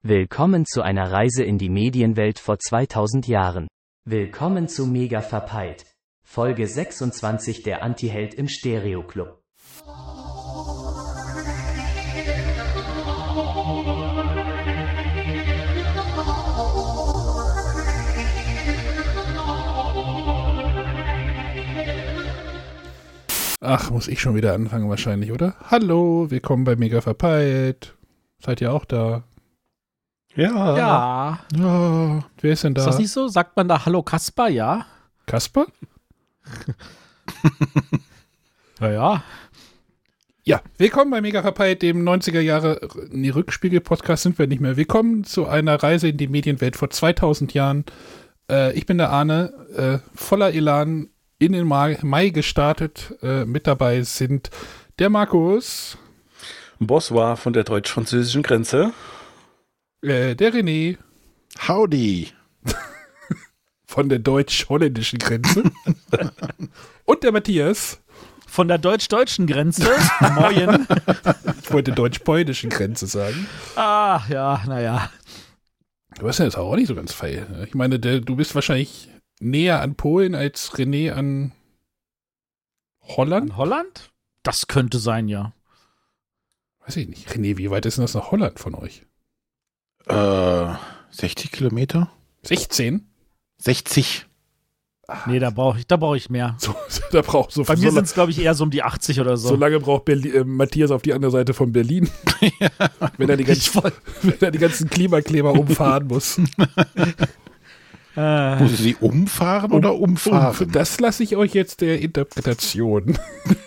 Willkommen zu einer Reise in die Medienwelt vor 2000 Jahren. Willkommen zu Mega Verpeilt. Folge 26 der Antiheld im Stereo-Club. Ach, muss ich schon wieder anfangen wahrscheinlich, oder? Hallo, willkommen bei Mega Verpeilt. Seid ihr auch da? Ja. Wer ist denn da? Ist das nicht so? Sagt man da Hallo Kasper, ja? Kasper? Ja. Ja, willkommen bei Mega Verpeilt, dem 90er Jahre Rückspiegel-Podcast sind wir nicht mehr. Willkommen zu einer Reise in die Medienwelt vor 2000 Jahren. Ich bin der Arne, voller Elan in den Mai gestartet. Mit dabei sind der Markus. Boss war von der deutsch-französischen Grenze. Der René. Howdy. Von der deutsch-holländischen Grenze. Und der Matthias. Von der deutsch-deutschen Grenze. Moin. Ich wollte deutsch-polnischen Grenze sagen. Ah, ja, naja. Du hast ja jetzt auch nicht so ganz feil. Ich meine, du bist wahrscheinlich näher an Polen als René an Holland? An Holland? Das könnte sein, ja. Weiß ich nicht. René, wie weit ist denn das nach Holland von euch? 60 Kilometer? 16? 60. Nee, da brauche ich mehr. Bei mir sind es, glaube ich, eher so um die 80 oder so. So lange braucht Matthias auf die andere Seite von Berlin. wenn er die ganzen Klimakleber umfahren muss. Muss sie umfahren oder umfahren? Das lasse ich euch jetzt der Interpretation.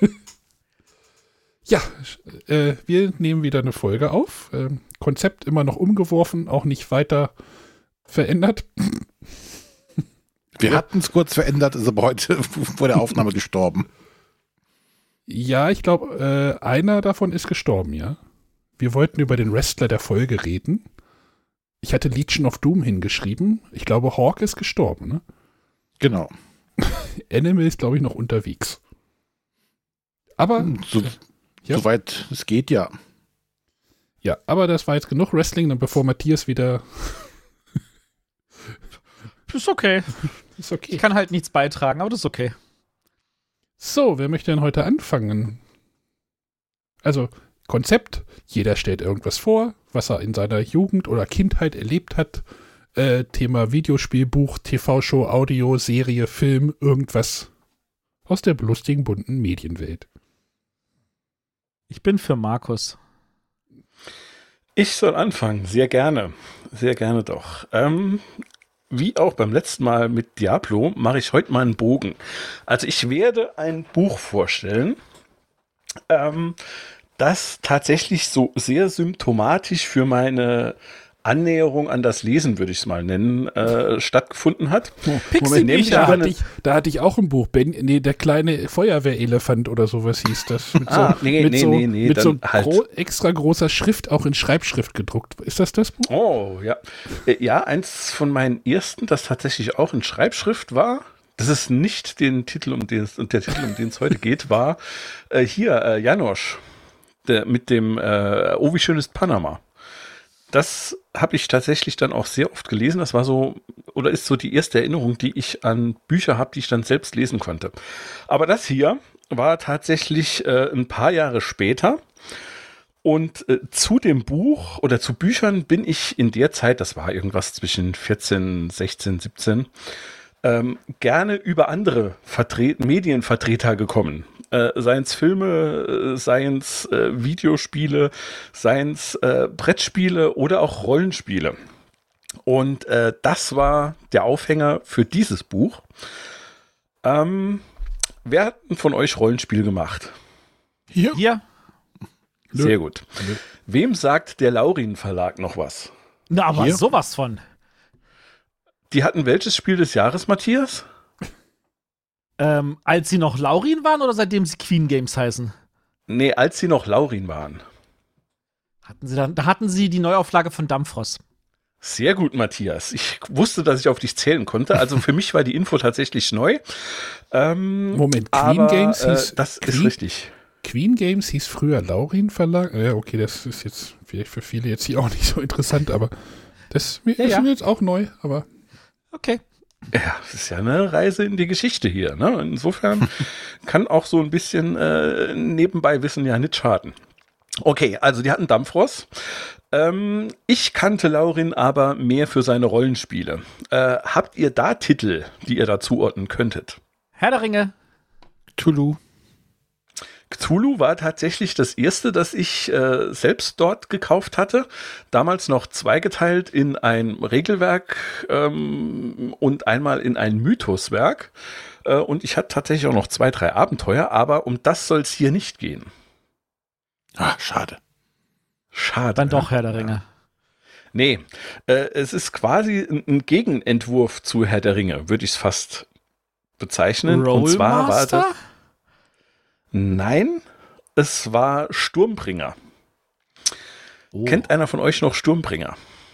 Ja, wir nehmen wieder eine Folge auf. Konzept immer noch umgeworfen, auch nicht weiter verändert. Wir hatten es kurz verändert, ist aber heute vor der Aufnahme gestorben. Ja, ich glaube, einer davon ist gestorben, ja. Wir wollten über den Wrestler der Folge reden. Ich hatte Legion of Doom hingeschrieben. Ich glaube, Hawk ist gestorben, ne? Genau. Animal ist, glaube ich, noch unterwegs. Aber soweit es geht, ja. Ja, aber das war jetzt genug Wrestling, dann bevor Matthias wieder... Ist okay. Ist okay. Ich kann halt nichts beitragen, aber das ist okay. So, wer möchte denn heute anfangen? Also, Konzept, jeder stellt irgendwas vor, was er in seiner Jugend oder Kindheit erlebt hat. Thema Videospiel, Buch, TV-Show, Audio, Serie, Film, irgendwas aus der lustigen, bunten Medienwelt. Ich bin für Markus. Ich soll anfangen, sehr gerne. Sehr gerne doch. Wie auch beim letzten Mal mit Diablo mache ich heute mal einen Bogen. Also ich werde ein Buch vorstellen, das tatsächlich so sehr symptomatisch für meine Annäherung an das Lesen, würde ich es mal nennen, stattgefunden hat. Moment, da hatte ich auch ein Buch. Der kleine Feuerwehrelefant oder sowas hieß das. Mit so extra großer Schrift, auch in Schreibschrift gedruckt. Ist das Buch? Oh, ja. Ja, eins von meinen ersten, das tatsächlich auch in Schreibschrift war. Das ist nicht der Titel, um den es heute geht, war Janosch. Mit dem Oh, wie schön ist Panama. Das habe ich tatsächlich dann auch sehr oft gelesen. Das war so, oder ist so die erste Erinnerung, die ich an Bücher habe, die ich dann selbst lesen konnte. Aber das hier war tatsächlich ein paar Jahre später. Und zu dem Buch oder zu Büchern bin ich in der Zeit, das war irgendwas zwischen 14, 16, 17, gerne über andere Medienvertreter gekommen. Seien es Filme, seien es Videospiele, seien es Brettspiele oder auch Rollenspiele. Und das war der Aufhänger für dieses Buch. Wer hat denn von euch Rollenspiel gemacht? Hier? Sehr gut. Wem sagt der Laurin Verlag noch was? Na, aber Hier? Sowas von. Die hatten welches Spiel des Jahres, Matthias? Als sie noch Laurin waren oder seitdem sie Queen Games heißen? Nee, als sie noch Laurin waren. Da hatten sie die Neuauflage von Dampfrost. Sehr gut, Matthias. Ich wusste, dass ich auf dich zählen konnte. Also für mich war die Info tatsächlich neu. Moment, Queen Games hieß... Das ist richtig. Queen Games hieß früher Laurin Verlag. Ja, okay, das ist jetzt vielleicht für viele jetzt hier auch nicht so interessant, aber das ist mir jetzt auch neu, aber. Okay. Ja, das ist ja eine Reise in die Geschichte hier, ne? Insofern kann auch so ein bisschen nebenbei Wissen ja nicht schaden. Okay, also die hatten Dampfross. Ich kannte Laurin aber mehr für seine Rollenspiele. Habt ihr da Titel, die ihr da zuordnen könntet? Herr der Ringe. Cthulhu. Cthulhu war tatsächlich das erste, das ich selbst dort gekauft hatte. Damals noch zweigeteilt in ein Regelwerk und einmal in ein Mythoswerk. Und ich hatte tatsächlich auch noch 2, 3 Abenteuer, aber um das soll es hier nicht gehen. Schade. Schade. Dann doch Herr der Ringe. Nee, es ist quasi ein Gegenentwurf zu Herr der Ringe, würde ich es fast bezeichnen. Und zwar war das. Nein, es war Sturmbringer. Oh. Kennt einer von euch noch Sturmbringer?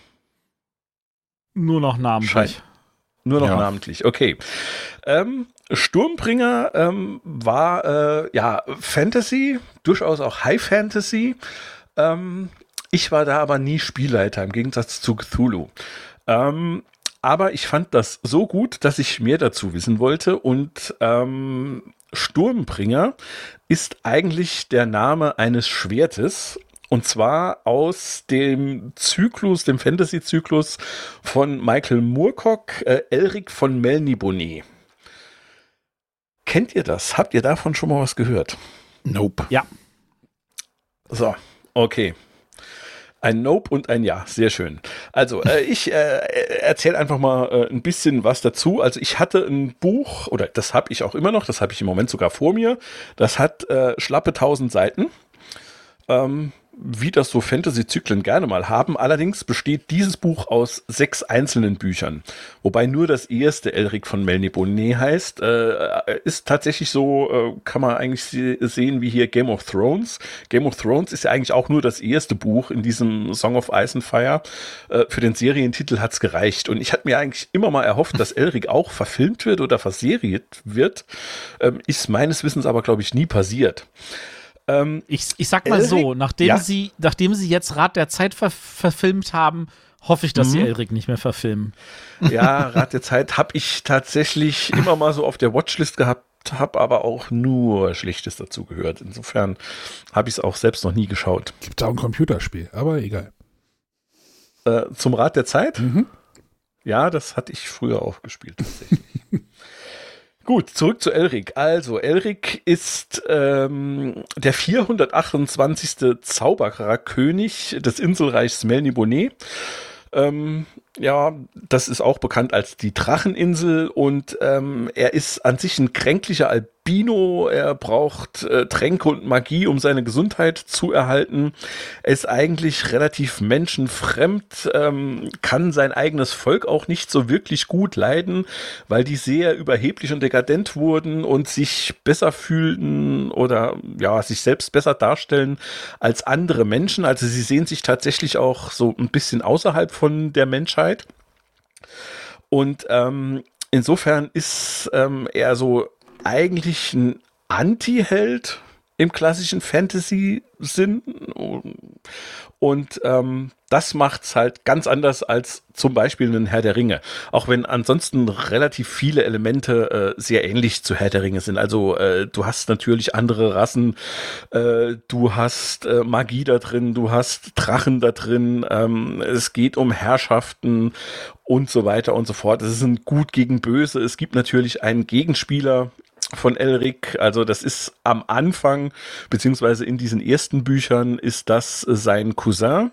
Nur noch namentlich. Nur noch namentlich, okay. Sturmbringer war Fantasy, durchaus auch High Fantasy. Ich war da aber nie Spielleiter, im Gegensatz zu Cthulhu. Aber ich fand das so gut, dass ich mehr dazu wissen wollte und Sturmbringer ist eigentlich der Name eines Schwertes und zwar aus dem Zyklus, dem Fantasy-Zyklus von Michael Moorcock, Elric von Melniboné. Kennt ihr das? Habt ihr davon schon mal was gehört? Nope. Ja. So, okay. Ein Nope und ein Ja, sehr schön. Also ich erzähle einfach mal ein bisschen was dazu. Also ich hatte ein Buch, oder das habe ich auch immer noch, das habe ich im Moment sogar vor mir. Das hat schlappe 1000 Seiten. Wie das so Fantasy-Zyklen gerne mal haben. Allerdings besteht dieses Buch aus 6 einzelnen Büchern. Wobei nur das erste Elric von Melniboné heißt. Ist tatsächlich so, kann man eigentlich sehen wie hier Game of Thrones. Game of Thrones ist ja eigentlich auch nur das erste Buch in diesem Song of Ice and Fire. Für den Serientitel hat's gereicht. Und ich hatte mir eigentlich immer mal erhofft, dass Elric auch verfilmt wird oder verseriert wird. Ist meines Wissens aber, glaube ich, nie passiert. Ich sag mal so, nachdem sie jetzt Rat der Zeit verfilmt haben, hoffe ich, dass sie Elric nicht mehr verfilmen. Ja, Rat der Zeit habe ich tatsächlich immer mal so auf der Watchlist gehabt, habe aber auch nur Schlechtes dazu gehört. Insofern habe ich es auch selbst noch nie geschaut. Gibt auch ein Computerspiel, aber egal. Zum Rat der Zeit? Mhm. Ja, das hatte ich früher auch gespielt, tatsächlich. Gut, zurück zu Elric. Also, Elric ist der 428. Zaubererkönig des Inselreichs Melniboné. Ja, das ist auch bekannt als die Dracheninsel und er ist an sich ein kränklicher Albino. Er braucht Tränke und Magie, um seine Gesundheit zu erhalten. Er ist eigentlich relativ menschenfremd, kann sein eigenes Volk auch nicht so wirklich gut leiden, weil die sehr überheblich und dekadent wurden und sich besser fühlten oder ja, sich selbst besser darstellen als andere Menschen. Also sie sehen sich tatsächlich auch so ein bisschen außerhalb von der Menschheit. Und insofern ist er so eigentlich ein Anti-Held im klassischen Fantasy-Sinn. Und das macht's halt ganz anders als zum Beispiel ein Herr der Ringe. Auch wenn ansonsten relativ viele Elemente sehr ähnlich zu Herr der Ringe sind. Also du hast natürlich andere Rassen, du hast Magie da drin, du hast Drachen da drin, es geht um Herrschaften und so weiter und so fort. Es ist ein Gut gegen Böse. Es gibt natürlich einen Gegenspieler von Elric, also das ist am Anfang, beziehungsweise in diesen ersten Büchern ist das sein Cousin.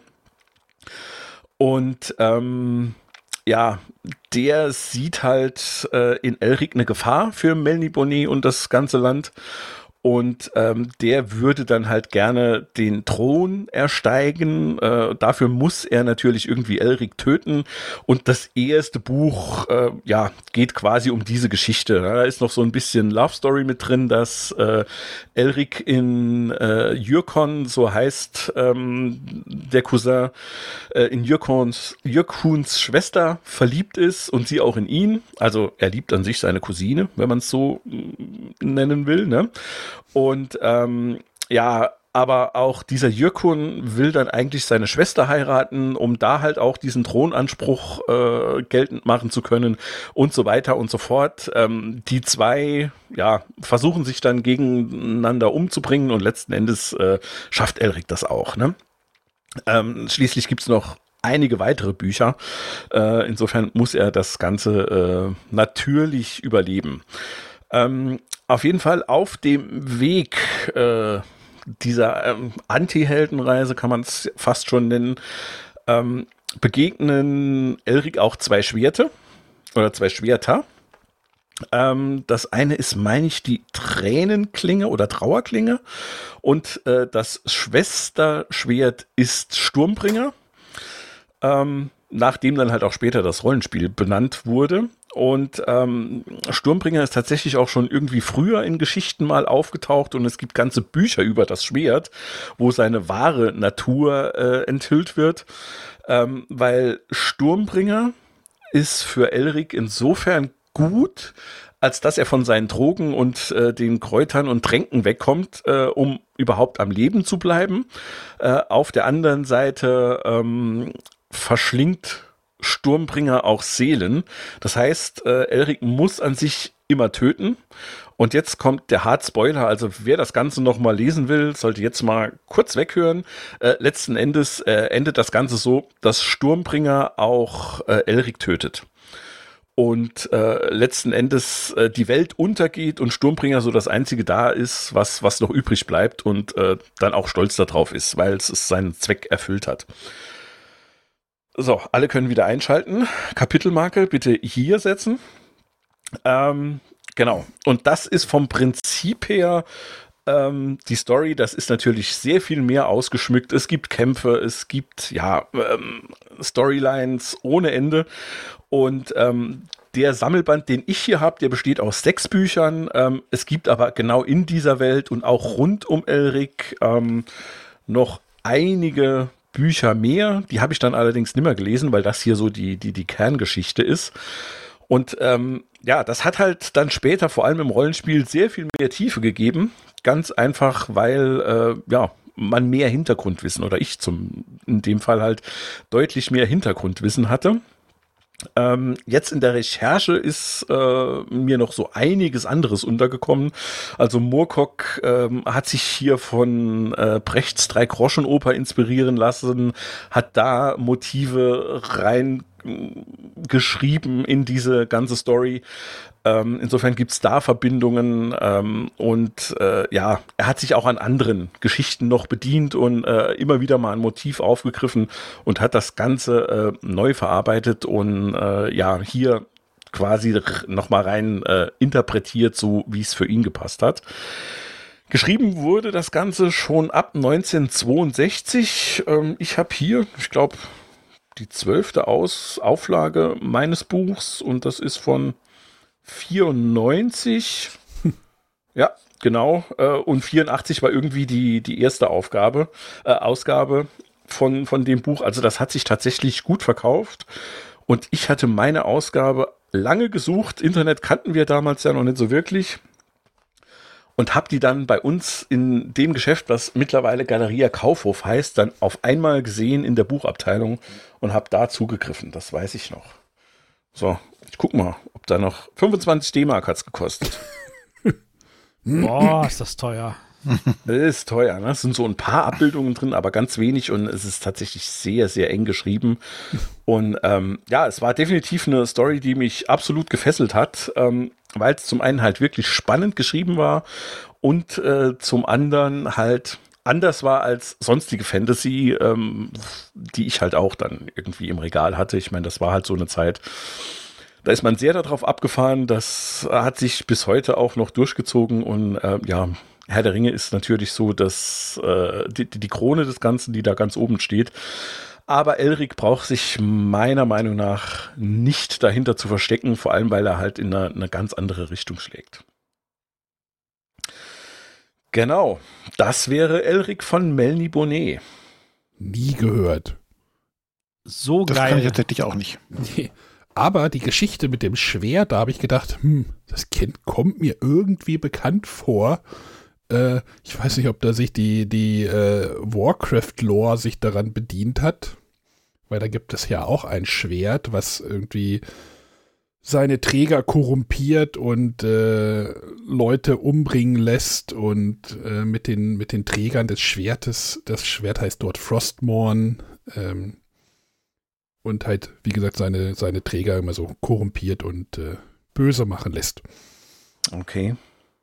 Und ja, der sieht halt in Elric eine Gefahr für Melniboné und das ganze Land. Und der würde dann halt gerne den Thron ersteigen. Dafür muss er natürlich irgendwie Elric töten. Und das erste Buch geht quasi um diese Geschichte. Da ist noch so ein bisschen Love Story mit drin, dass Elric in Jyrkon, so heißt der Cousin, in Jyrkuns Schwester verliebt ist und sie auch in ihn. Also er liebt an sich seine Cousine, wenn man es so nennen will, ne? Und Ja, aber auch dieser Jürkun will dann eigentlich seine Schwester heiraten, um da halt auch diesen Thronanspruch geltend machen zu können und so weiter und so fort. Die zwei, versuchen sich dann gegeneinander umzubringen und letzten Endes schafft Elric das auch, ne? Schließlich gibt's noch einige weitere Bücher. Insofern muss er das Ganze natürlich überleben. Auf jeden Fall auf dem Weg dieser Anti-Heldenreise, kann man es fast schon nennen, begegnen Elric auch zwei Schwerter. Das eine ist, meine ich, die Tränenklinge oder Trauerklinge und das Schwesterschwert ist Sturmbringer, nachdem dann halt auch später das Rollenspiel benannt wurde. Und Sturmbringer ist tatsächlich auch schon irgendwie früher in Geschichten mal aufgetaucht und es gibt ganze Bücher über das Schwert, wo seine wahre Natur enthüllt wird, weil Sturmbringer ist für Elric insofern gut, als dass er von seinen Drogen und den Kräutern und Tränken wegkommt, um überhaupt am Leben zu bleiben. Auf der anderen Seite verschlingt Sturmbringer auch Seelen. Das heißt, Elric muss an sich immer töten. Und jetzt kommt der Hard-Spoiler, also wer das Ganze noch mal lesen will, sollte jetzt mal kurz weghören. Letzten Endes endet das Ganze so, dass Sturmbringer auch Elric tötet. Und letzten Endes die Welt untergeht und Sturmbringer so das Einzige da ist, was noch übrig bleibt und dann auch stolz darauf ist, weil es seinen Zweck erfüllt hat. So, alle können wieder einschalten. Kapitelmarke bitte hier setzen. Genau. Und das ist vom Prinzip her die Story. Das ist natürlich sehr viel mehr ausgeschmückt. Es gibt Kämpfe, es gibt Storylines ohne Ende. Und der Sammelband, den ich hier habe, der besteht aus 6 Büchern. Es gibt aber genau in dieser Welt und auch rund um Elric noch einige Bücher mehr. Die habe ich dann allerdings nicht mehr gelesen, weil das hier so die Kerngeschichte ist. Und das hat halt dann später vor allem im Rollenspiel sehr viel mehr Tiefe gegeben. Ganz einfach, weil man mehr Hintergrundwissen oder ich in dem Fall halt deutlich mehr Hintergrundwissen hatte. Jetzt in der Recherche ist mir noch so einiges anderes untergekommen. Also Moorcock hat sich hier von Brechts Drei-Groschen-Oper inspirieren lassen, hat da Motive reingeschrieben in diese ganze Story. Insofern gibt's da Verbindungen und er hat sich auch an anderen Geschichten noch bedient und immer wieder mal ein Motiv aufgegriffen und hat das Ganze neu verarbeitet und hier quasi nochmal rein interpretiert, so wie es für ihn gepasst hat. Geschrieben wurde das Ganze schon ab 1962. Ich habe hier, ich glaube, die 12. Auflage meines Buchs und das ist von 94, ja, genau, und 84 war irgendwie die erste Ausgabe von dem Buch, also das hat sich tatsächlich gut verkauft und ich hatte meine Ausgabe lange gesucht, Internet kannten wir damals ja noch nicht so wirklich und habe die dann bei uns in dem Geschäft, was mittlerweile Galeria Kaufhof heißt, dann auf einmal gesehen in der Buchabteilung und habe da zugegriffen, das weiß ich noch. So, ich guck mal, ob da noch 25 D-Mark hat's gekostet. Boah, ist das teuer. Das ist teuer, ne? Es sind so ein paar Abbildungen drin, aber ganz wenig und es ist tatsächlich sehr, sehr eng geschrieben. Und es war definitiv eine Story, die mich absolut gefesselt hat, weil es zum einen halt wirklich spannend geschrieben war und zum anderen halt anders war als sonstige Fantasy, die ich halt auch dann irgendwie im Regal hatte. Ich meine, das war halt so eine Zeit, da ist man sehr darauf abgefahren. Das hat sich bis heute auch noch durchgezogen und Herr der Ringe ist natürlich so, dass die Krone des Ganzen, die da ganz oben steht. Aber Elric braucht sich meiner Meinung nach nicht dahinter zu verstecken, vor allem weil er halt in eine ganz andere Richtung schlägt. Genau, das wäre Elric von Melniboné. Nie gehört. So das geil. Das kann ich tatsächlich auch nicht. Nee. Aber die Geschichte mit dem Schwert, da habe ich gedacht, das kommt mir irgendwie bekannt vor. Ich weiß nicht, ob da sich die Warcraft-Lore sich daran bedient hat, weil da gibt es ja auch ein Schwert, was irgendwie seine Träger korrumpiert und Leute umbringen lässt und mit den Trägern des Schwertes, das Schwert heißt dort Frostmourne, und halt, wie gesagt, seine Träger immer so korrumpiert und böse machen lässt. Okay.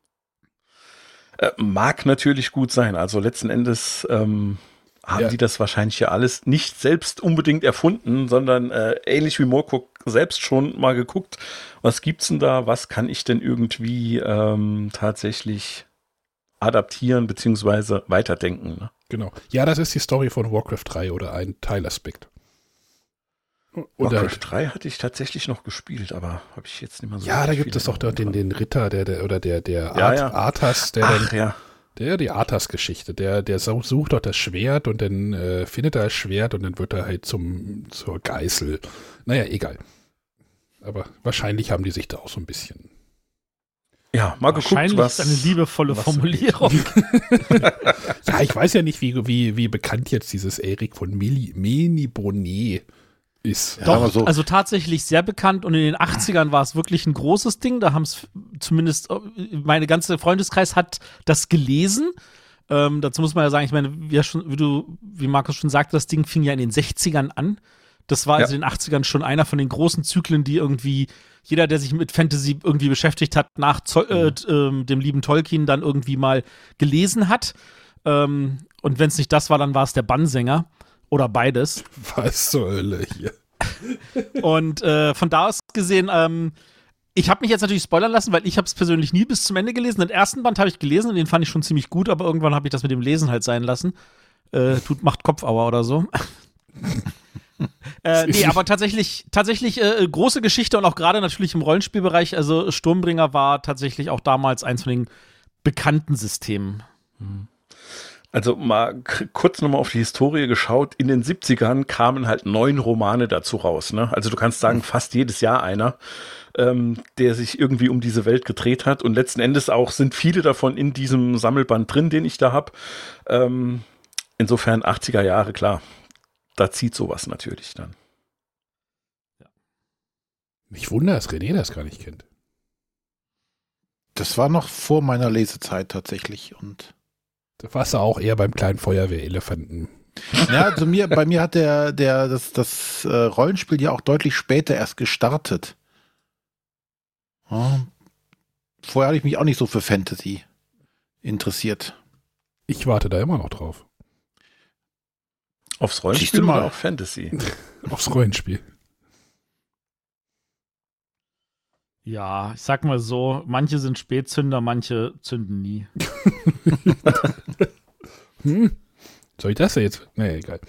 Mag natürlich gut sein. Also letzten Endes haben die das wahrscheinlich ja alles nicht selbst unbedingt erfunden, sondern ähnlich wie Moorcock selbst schon mal geguckt, was gibt's denn da, was kann ich denn irgendwie tatsächlich adaptieren bzw. weiterdenken. Ne? Genau. Ja, das ist die Story von Warcraft 3 oder ein Teilaspekt. Warcraft 3 hatte ich tatsächlich noch gespielt, aber habe ich jetzt nicht mehr so. Ja, da gibt es doch den Ritter, der Arthas, die Arthas-Geschichte, der sucht doch das Schwert und dann findet er das Schwert und dann wird er halt zur Geißel. Naja, egal. Aber wahrscheinlich haben die sich da auch so ein bisschen. Ja, mal geguckt, was. Wahrscheinlich eine liebevolle Formulierung. Ja, ich weiß ja nicht, wie bekannt jetzt dieses Erik von Menibonnet ist. Doch, ja, so. Also tatsächlich sehr bekannt und in den 80ern war es wirklich ein großes Ding. Da haben es zumindest, meine ganze Freundeskreis hat das gelesen. Dazu muss man ja sagen, ich meine, wie Markus schon sagte, das Ding fing ja in den 60ern an. Das war also in den 80ern schon einer von den großen Zyklen, die irgendwie jeder, der sich mit Fantasy irgendwie beschäftigt hat, nach dem lieben Tolkien dann irgendwie mal gelesen hat. Und wenn es nicht das war, dann war es der Bannsänger. Oder beides. Was zur Hölle hier. Und von da aus gesehen, ich habe mich jetzt natürlich spoilern lassen, weil ich habe es persönlich nie bis zum Ende gelesen. Den ersten Band habe ich gelesen und den fand ich schon ziemlich gut, aber irgendwann habe ich das mit dem Lesen halt sein lassen. Macht Kopfauer oder so. Nee, aber tatsächlich große Geschichte und auch gerade natürlich im Rollenspielbereich. Also Sturmbringer war tatsächlich auch damals eins von den bekannten Systemen. Also mal kurz nochmal auf die Historie geschaut. In den 70ern kamen halt 9 Romane dazu raus. Ne? Also du kannst sagen, fast jedes Jahr einer, der sich irgendwie um diese Welt gedreht hat. Und letzten Endes auch sind viele davon in diesem Sammelband drin, den ich da habe. Insofern 80er Jahre, klar. Da zieht sowas natürlich dann. Mich wundert, dass René das gar nicht kennt. Das war noch vor meiner Lesezeit tatsächlich. Und da warst du auch eher beim kleinen Feuerwehrelefanten. Ja, also bei mir hat das Rollenspiel ja auch deutlich später erst gestartet. Ja. Vorher hatte ich mich auch nicht so für Fantasy interessiert. Ich warte da immer noch drauf. Aufs Rollenspiel oder auf Fantasy? Aufs Rollenspiel. Ja, ich sag mal so, manche sind Spätzünder, manche zünden nie. Soll ich das ja jetzt? Nee, egal.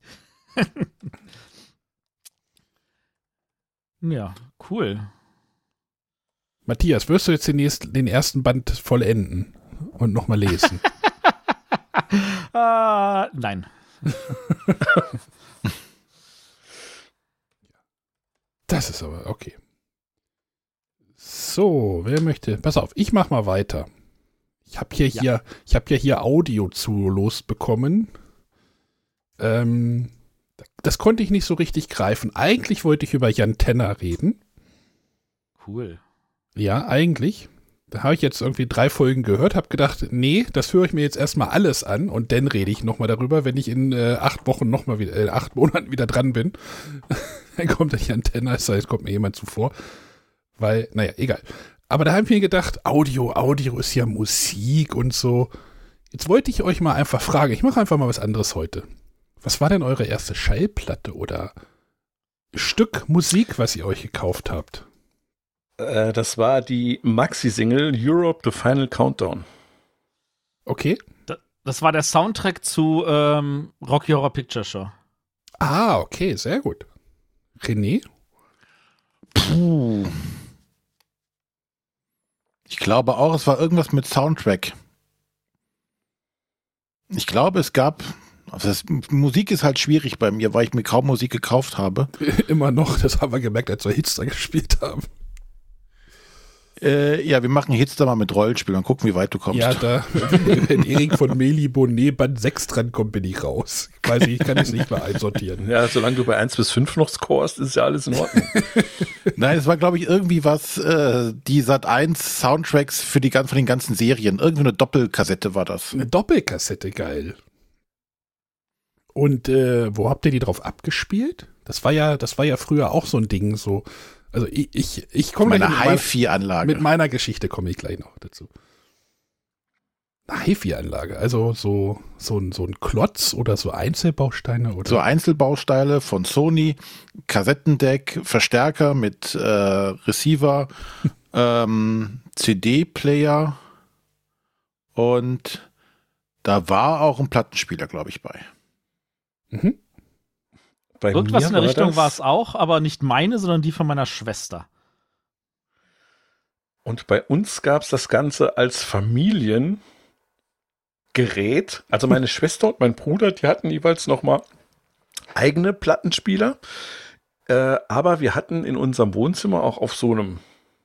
Ja, cool. Matthias, wirst du jetzt den ersten Band vollenden und nochmal lesen? Nein. Das ist aber okay. So, wer möchte? Pass auf, ich mach mal weiter. Ich habe hier Audio zu losbekommen. Das konnte ich nicht so richtig greifen. Eigentlich wollte ich über Jan Tenner reden. Cool. Ja, eigentlich. Da habe ich jetzt irgendwie 3 Folgen gehört, habe gedacht, nee, das höre ich mir jetzt erstmal alles an und dann rede ich nochmal darüber, wenn ich in 8 Monaten wieder dran bin. Dann kommt der Jan Tenner, das heißt, kommt mir jemand zuvor. Weil, naja, egal. Aber da habe ich mir gedacht, Audio ist ja Musik und so. Jetzt wollte ich euch mal einfach fragen, ich mache einfach mal was anderes heute. Was war denn eure erste Schallplatte oder Stück Musik, was ihr euch gekauft habt? Das war die Maxi-Single Europe The Final Countdown. Okay. Das war der Soundtrack zu Rocky Horror Picture Show. Ah, okay, sehr gut. René? Puh. Ich glaube auch, es war irgendwas mit Soundtrack. Ich glaube, es gab. Musik ist halt schwierig bei mir, weil ich mir kaum Musik gekauft habe. Immer noch, das haben wir gemerkt, als wir Hits da gespielt haben. Ja, wir machen jetzt da mal mit Rollenspiel und gucken, wie weit du kommst. Ja, da, wenn Erik von Melibonet Band 6 drankommt, bin ich raus. Ich weiß nicht, ich kann es nicht mehr einsortieren. Ja, solange du bei 1 bis 5 noch scorest, ist ja alles in Ordnung. Nein, es war, glaube ich, irgendwie was, die Sat.1 Soundtracks von den ganzen Serien. Irgendwie eine Doppelkassette war das. Eine Doppelkassette, geil. Und wo habt ihr die drauf abgespielt? Das war ja früher auch so ein Ding, so. Also ich komme Meine HiFi-Anlage. Mit meiner Geschichte komme ich gleich noch dazu. Eine HiFi-Anlage, also so ein Klotz oder so Einzelbausteine oder. So Einzelbausteine von Sony, Kassettendeck, Verstärker mit Receiver, CD-Player und da war auch ein Plattenspieler, glaube ich, bei. Mhm. Bei Irgendwas mir in der Richtung das- war es auch, aber nicht meine, sondern die von meiner Schwester. Und bei uns gab es das Ganze als Familiengerät. Also meine Schwester und mein Bruder, die hatten jeweils nochmal eigene Plattenspieler. Aber wir hatten in unserem Wohnzimmer auch auf so einem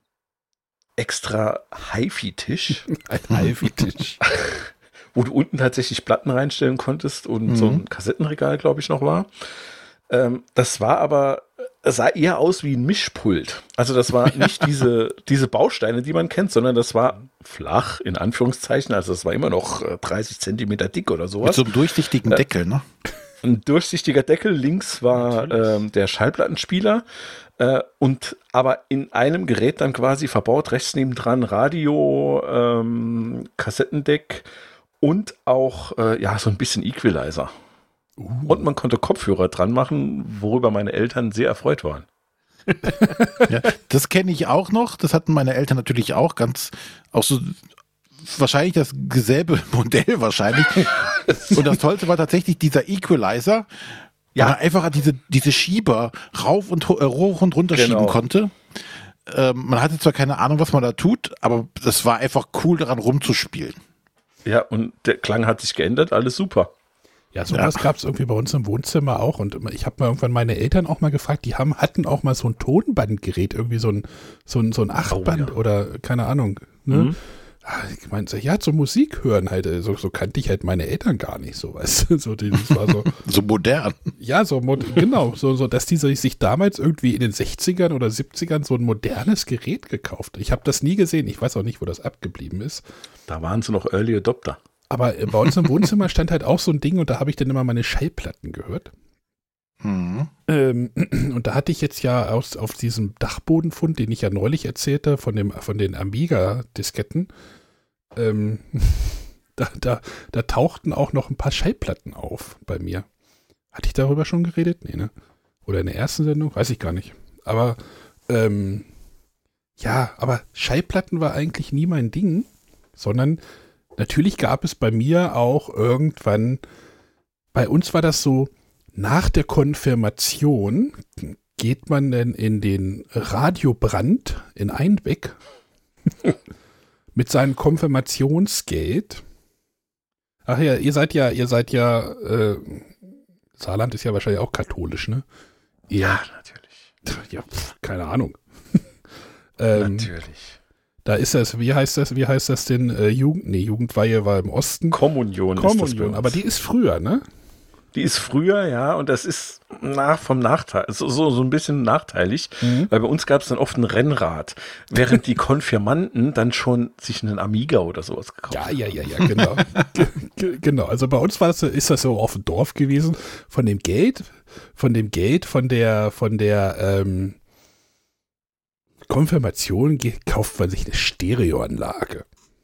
extra HiFi-Tisch, Ein HiFi-Tisch. wo du unten tatsächlich Platten reinstellen konntest und so ein Kassettenregal, glaube ich, noch war. Das war aber, es sah eher aus wie ein Mischpult. Also das war nicht diese Bausteine, die man kennt, sondern das war flach, in Anführungszeichen. Also das war immer noch 30 Zentimeter dick oder Mit sowas. so einem durchsichtigen Deckel, ne? Ein durchsichtiger Deckel, links war der Schallplattenspieler und aber in einem Gerät dann quasi verbaut, rechts nebendran Radio, Kassettendeck und auch so ein bisschen Equalizer. Und man konnte Kopfhörer dran machen, worüber meine Eltern sehr erfreut waren. Ja, das kenne ich auch noch. Das hatten meine Eltern natürlich auch auch so wahrscheinlich das selbe Modell wahrscheinlich. Und das Tollste war tatsächlich dieser Equalizer, Ja. wo man einfach diese Schieber hoch und runter Genau. schieben konnte. Man hatte zwar keine Ahnung, was man da tut, aber das war einfach cool, daran rumzuspielen. Ja, und der Klang hat sich geändert, alles super. Ja, sowas gab es irgendwie bei uns im Wohnzimmer auch. Und ich habe mal irgendwann meine Eltern auch mal gefragt, die hatten auch mal so ein Tonbandgerät, irgendwie so ein 8-Band oder keine Ahnung. Ne? Ich meinte, ja, zur Musik hören halt, so kannte ich halt meine Eltern gar nicht, so, weißt du. So, das war so, So modern. ja, genau, so, dass die sich damals irgendwie in den 60ern oder 70ern so ein modernes Gerät gekauft. Ich habe das nie gesehen, ich weiß auch nicht, wo das abgeblieben ist. Da waren sie noch Early Adopter. Aber bei uns im Wohnzimmer stand halt auch so ein Ding und da habe ich dann immer meine Schallplatten gehört. Mhm. Und da hatte ich jetzt ja auf diesem Dachbodenfund, den ich ja neulich erzählte, von den Amiga-Disketten, da tauchten auch noch ein paar Schallplatten auf bei mir. Hatte ich darüber schon geredet? Nee, ne? Oder in der ersten Sendung? Weiß ich gar nicht. Aber aber Schallplatten war eigentlich nie mein Ding, sondern natürlich gab es bei mir auch irgendwann, bei uns war das so, nach der Konfirmation geht man dann in den Radiobrand in Einbeck mit seinem Konfirmationsgeld. Ach ja, ihr seid ja, Saarland ist ja wahrscheinlich auch katholisch, ne? Ja, natürlich. Ja, keine Ahnung. Natürlich. Da ist das, wie heißt das denn? Jugendweihe war im Osten. Kommunion ist das bei Kommunion, uns. aber die ist früher, ne? Die ist früher, ja, und das ist vom Nachteil, so ein bisschen nachteilig, weil bei uns gab es dann oft ein Rennrad, während die Konfirmanden dann schon sich einen Amiga oder sowas gekauft haben. Ja, genau. Genau, also bei uns ist das so auf dem Dorf gewesen, von dem Geld von der Konfirmation kauft man sich eine Stereoanlage.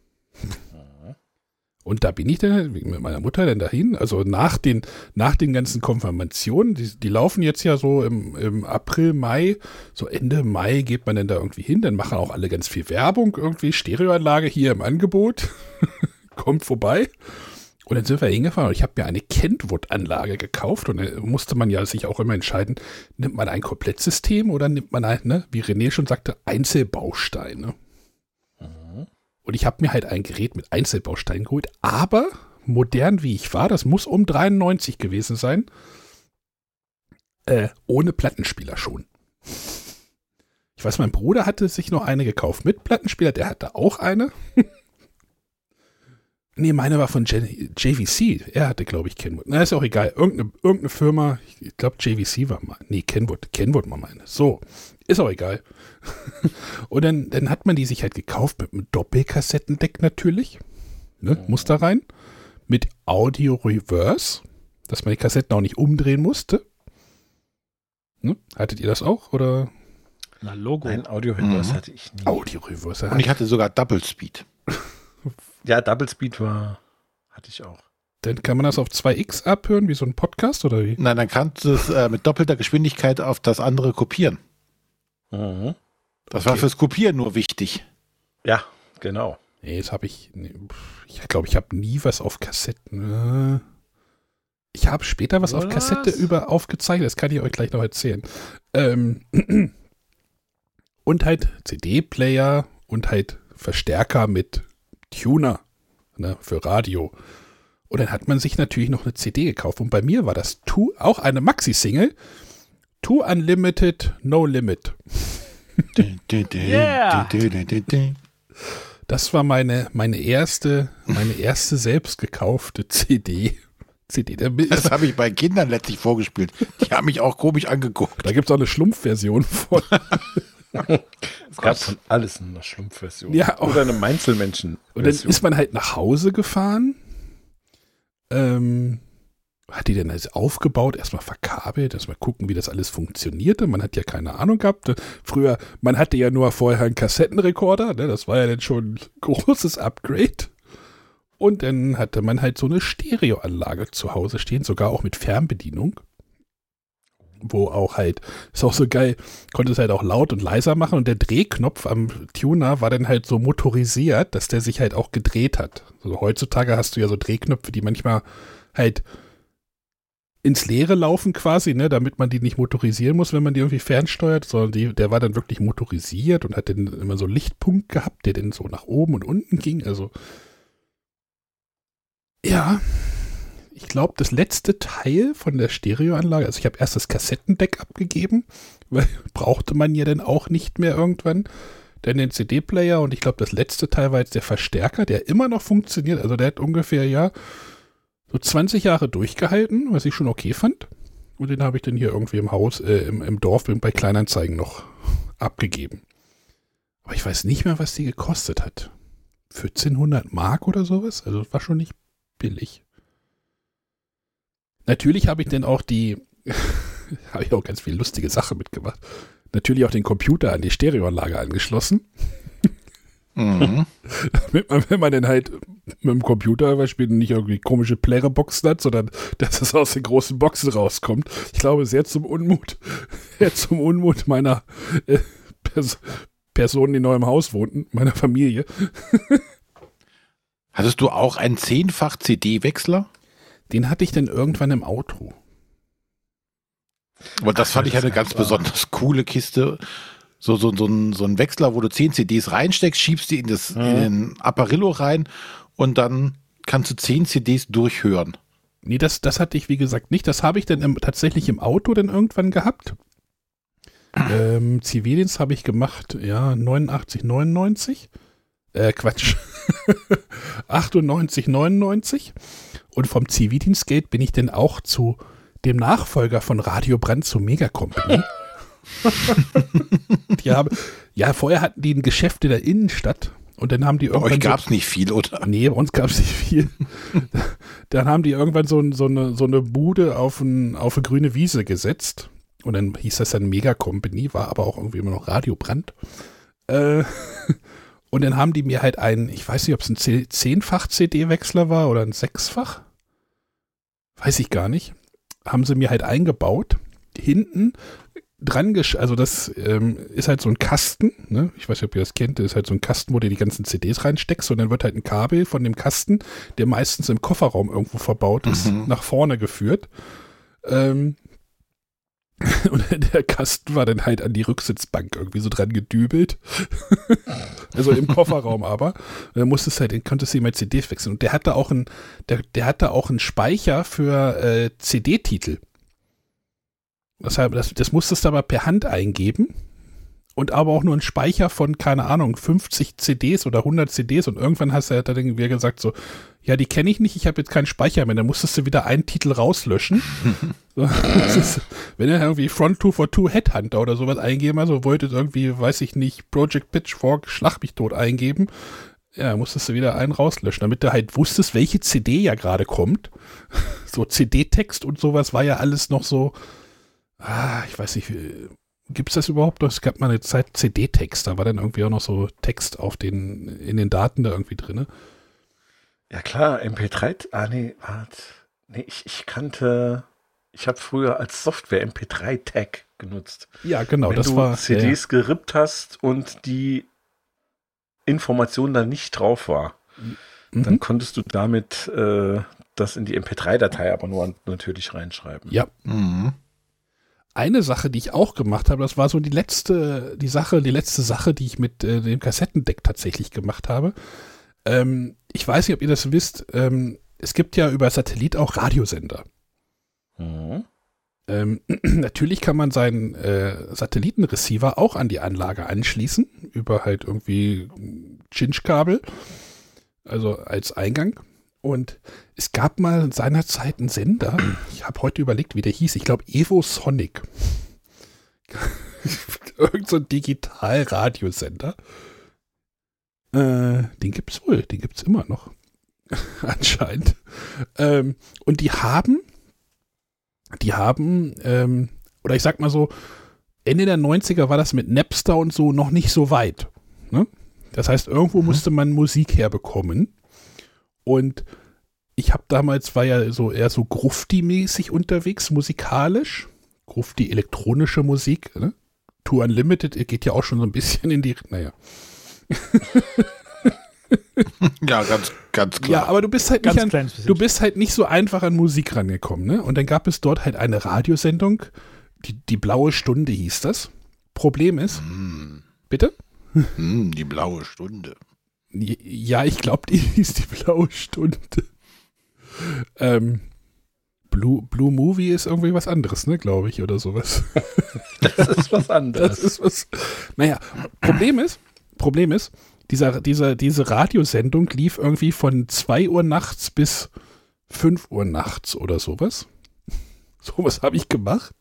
Und da bin ich dann mit meiner Mutter dann dahin, also nach den ganzen Konfirmationen, die laufen jetzt ja so im April, Mai, so Ende Mai geht man dann da irgendwie hin, dann machen auch alle ganz viel Werbung irgendwie, Stereoanlage hier im Angebot, kommt vorbei. Und dann sind wir hingefahren und ich habe mir eine Kentwood-Anlage gekauft und dann musste man ja sich auch immer entscheiden, nimmt man ein Komplettsystem oder nimmt man halt, ne, wie René schon sagte, Einzelbausteine. Und ich habe mir halt ein Gerät mit Einzelbausteinen geholt, aber modern wie ich war, das muss um 93 gewesen sein, ohne Plattenspieler schon. Ich Ich weiß, mein Bruder hatte sich noch eine gekauft mit Plattenspieler, der hatte auch eine. Nee, meine war von JVC. Er hatte, glaube ich, Kenwood. Na, ist auch egal. Irgendeine Firma, ich glaube, JVC war mal. Nee, Kenwood war meine. So, ist auch egal. Und dann hat man die sich halt gekauft mit einem Doppelkassettendeck natürlich. Ne, muss da rein. Mit Audio Reverse, dass man die Kassetten auch nicht umdrehen musste. Ne? Hattet ihr das auch, oder? Na, Logo. Nein, Audio Reverse hatte ich nie. Audio Reverse. Und ich hatte sogar Double Speed. Ja, Double Speed hatte ich auch. Dann kann man das auf 2x abhören, wie so ein Podcast, oder wie? Nein, dann kannst du es mit doppelter Geschwindigkeit auf das andere kopieren. Mhm. Das war fürs Kopieren nur wichtig. Ja, genau. Nee, das habe ich. Nee, ich glaube, ich habe nie was auf Kassetten. Ich habe später was auf Kassette aufgezeichnet, das kann ich euch gleich noch erzählen. Und halt CD-Player und halt Verstärker mit Tuner, ne, für Radio. Und dann hat man sich natürlich noch eine CD gekauft. Und bei mir war das auch eine Maxi-Single. Two Unlimited, No Limit. Yeah. Das war meine erste selbst gekaufte CD. Das habe ich bei Kindern letztlich vorgespielt. Die haben mich auch komisch angeguckt. Da gibt es auch eine Schlumpfversion von. Es gab von alles eine Schlumpfversion. Ja, oder eine Mainzelmännchen. Und dann ist man halt nach Hause gefahren. Hat die dann also aufgebaut, erstmal verkabelt, erstmal gucken, wie das alles funktionierte. Man hat ja keine Ahnung gehabt. Früher, man hatte ja nur vorher einen Kassettenrekorder, ne? Das war ja dann schon ein großes Upgrade. Und dann hatte man halt so eine Stereoanlage zu Hause stehen, sogar auch mit Fernbedienung. Wo auch halt, ist auch so geil, konnte es halt auch laut und leiser machen und der Drehknopf am Tuner war dann halt so motorisiert, dass der sich halt auch gedreht hat. Also heutzutage hast du ja so Drehknöpfe, die manchmal halt ins Leere laufen quasi, ne, damit man die nicht motorisieren muss, wenn man die irgendwie fernsteuert, sondern der war dann wirklich motorisiert und hat dann immer so einen Lichtpunkt gehabt, der dann so nach oben und unten ging, also ja, ich glaube, das letzte Teil von der Stereoanlage, also ich habe erst das Kassettendeck abgegeben, weil brauchte man ja dann auch nicht mehr irgendwann, dann den CD-Player und ich glaube, das letzte Teil war jetzt der Verstärker, der immer noch funktioniert, also der hat ungefähr, ja, so 20 Jahre durchgehalten, was ich schon okay fand und den habe ich dann hier irgendwie im Haus, im Dorf bei Kleinanzeigen noch abgegeben. Aber ich weiß nicht mehr, was die gekostet hat. 1400 Mark oder sowas, also war schon nicht billig. Natürlich habe ich dann auch habe ich auch ganz viel lustige Sachen mitgemacht. Natürlich auch den Computer an die Stereoanlage angeschlossen. Mhm. Damit man, wenn man dann halt mit dem Computer beispielsweise nicht irgendwie komische Playerboxen hat, sondern dass es aus den großen Boxen rauskommt. Ich glaube, sehr zum Unmut meiner Personen, die neu im Haus wohnten, meiner Familie. Hattest du auch einen 10-fach CD-Wechsler? Den hatte ich dann irgendwann im Auto. Aber das fand ich eine ganz besonders coole Kiste. So ein Wechsler, wo du 10 CDs reinsteckst, schiebst die in den Apparillo rein und dann kannst du 10 CDs durchhören. Nee, das hatte ich wie gesagt nicht. Das habe ich dann tatsächlich im Auto dann irgendwann gehabt. Zivildienst habe ich gemacht, ja, 89, 99. Quatsch. 98, 99. Und vom Zivildienstgeld bin ich dann auch zu dem Nachfolger von Radio Brand zu Mega Company. Vorher hatten die ein Geschäft in der Innenstadt und dann haben die irgendwann. Bei euch gab es nicht viel, oder? Nee, bei uns gab es nicht viel. Dann haben die irgendwann so eine Bude auf eine grüne Wiese gesetzt und dann hieß das dann Mega Company, war aber auch irgendwie immer noch Radio Brand. Und dann haben die mir halt ich weiß nicht, ob es ein 10-fach CD-Wechsler war oder ein 6-fach. Weiß ich gar nicht. Haben sie mir halt eingebaut. Hinten dran, also das ist halt so ein Kasten, ne? Ich weiß nicht, ob ihr das kennt, das ist halt so ein Kasten, wo du die ganzen CDs reinsteckst und dann wird halt ein Kabel von dem Kasten, der meistens im Kofferraum irgendwo verbaut ist, nach vorne geführt. Und der Kasten war dann halt an die Rücksitzbank irgendwie so dran gedübelt. Also im Kofferraum aber. Dann konntest du ihm halt CDs wechseln. Und der hatte auch einen Speicher für CD-Titel. Das musstest du aber per Hand eingeben. und aber auch nur einen Speicher von, keine Ahnung, 50 CDs oder 100 CDs und irgendwann hast du dann irgendwie gesagt so, ja, die kenne ich nicht, ich habe jetzt keinen Speicher mehr, dann musstest du wieder einen Titel rauslöschen. So, wenn du irgendwie Front 242 Headhunter oder sowas eingeben, also wolltest irgendwie, weiß ich nicht, Project Pitchfork Schlag mich tot eingeben, ja, musstest du wieder einen rauslöschen, damit du halt wusstest, welche CD ja gerade kommt. So CD-Text und sowas war ja alles noch so, ich weiß nicht, gibt es das überhaupt noch? Es gab mal eine Zeit CD-Text, da war dann irgendwie auch noch so Text in den Daten da irgendwie drin. Ja klar, MP3, ich habe früher als Software MP3-Tag genutzt. Ja, genau, wenn das du war CDs gerippt hast und die Information da nicht drauf war, dann konntest du damit das in die MP3-Datei aber nur natürlich reinschreiben. Ja. Eine Sache, die ich auch gemacht habe, das war so die letzte Sache, die ich mit dem Kassettendeck tatsächlich gemacht habe. Ich weiß nicht, ob ihr das wisst, es gibt ja über Satellit auch Radiosender. Natürlich kann man seinen Satellitenreceiver auch an die Anlage anschließen, über halt irgendwie Cinch-Kabel, also als Eingang. Und es gab mal seinerzeit einen Sender, ich habe heute überlegt, wie der hieß, ich glaube Evo Sonic. Irgend so ein Digital-Radiosender. Den gibt's wohl, den gibt's immer noch. Anscheinend. Und die haben, oder ich sag mal so, Ende der 90er war das mit Napster und so noch nicht so weit. Ne? Das heißt, irgendwo musste man Musik herbekommen. Und ich habe damals, war ja so eher so Grufti-mäßig unterwegs, musikalisch. Grufti, elektronische Musik. Ne? Tour Unlimited geht ja auch schon so ein bisschen in die, naja. Ja, ganz klar. Ja, aber du bist halt nicht so einfach an Musik rangekommen, ne? Und dann gab es dort halt eine Radiosendung, die blaue Stunde hieß das. Problem ist, bitte? Die blaue Stunde. Ja, ich glaube, die hieß die blaue Stunde. Blue Movie ist irgendwie was anderes, ne, glaube ich, oder sowas. Das ist was anderes. Naja, Problem ist, diese Radiosendung lief irgendwie von 2 Uhr nachts bis 5 Uhr nachts oder sowas. Sowas habe ich gemacht.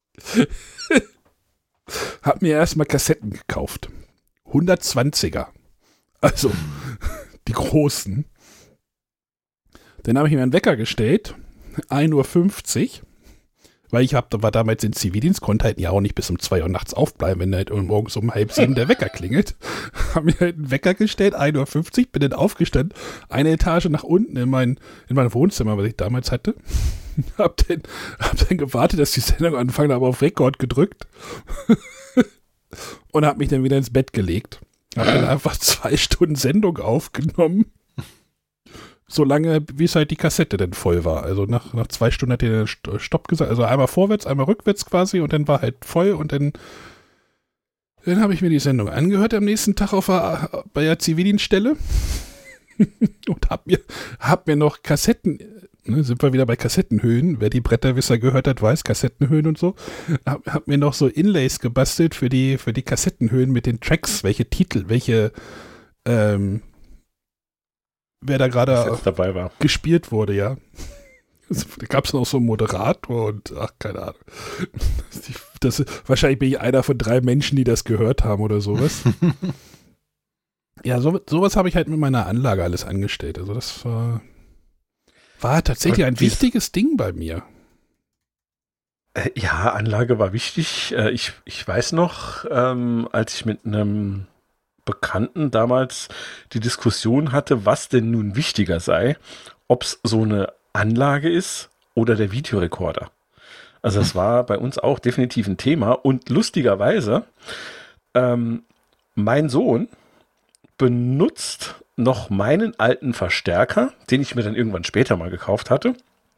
Hab mir erstmal Kassetten gekauft. 120er. Also, die großen. Dann habe ich mir einen Wecker gestellt. 1:50 Uhr. Weil war damals in Zivildienst, konnte halt ja auch nicht bis um 2 Uhr nachts aufbleiben, wenn halt morgens um 6:30 der Wecker klingelt. Hab mir halt einen Wecker gestellt, 1:50 Uhr, bin dann aufgestanden, eine Etage nach unten in mein Wohnzimmer, was ich damals hatte. Hab dann gewartet, dass die Sendung anfangen, aber auf Rekord gedrückt. Und hab mich dann wieder ins Bett gelegt. Hab dann einfach 2 Stunden Sendung aufgenommen. So lange, wie es halt die Kassette dann voll war. Also nach 2 Stunden hat der Stopp gesagt. Also einmal vorwärts, einmal rückwärts quasi und dann war halt voll und dann habe ich mir die Sendung angehört am nächsten Tag bei der Zivildienststelle und hab mir noch Kassetten, ne, sind wir wieder bei Kassettenhöhen, wer die Bretterwisser gehört hat, weiß, Kassettenhöhen und so, hab mir noch so Inlays gebastelt für die Kassettenhöhen mit den Tracks, welche Titel, wer da gerade dabei war, gespielt wurde, ja. Da gab es noch so einen Moderator und keine Ahnung. Wahrscheinlich bin ich einer von 3 Menschen, die das gehört haben oder sowas. Ja, sowas habe ich halt mit meiner Anlage alles angestellt. Also das war tatsächlich ein wichtiges Ding bei mir. Ja, Anlage war wichtig. Ich weiß noch, als ich mit einem Bekannten damals die Diskussion hatte, was denn nun wichtiger sei, ob es so eine Anlage ist oder der Videorekorder. Also das war bei uns auch definitiv ein Thema und lustigerweise, mein Sohn benutzt noch meinen alten Verstärker, den ich mir dann irgendwann später mal gekauft hatte,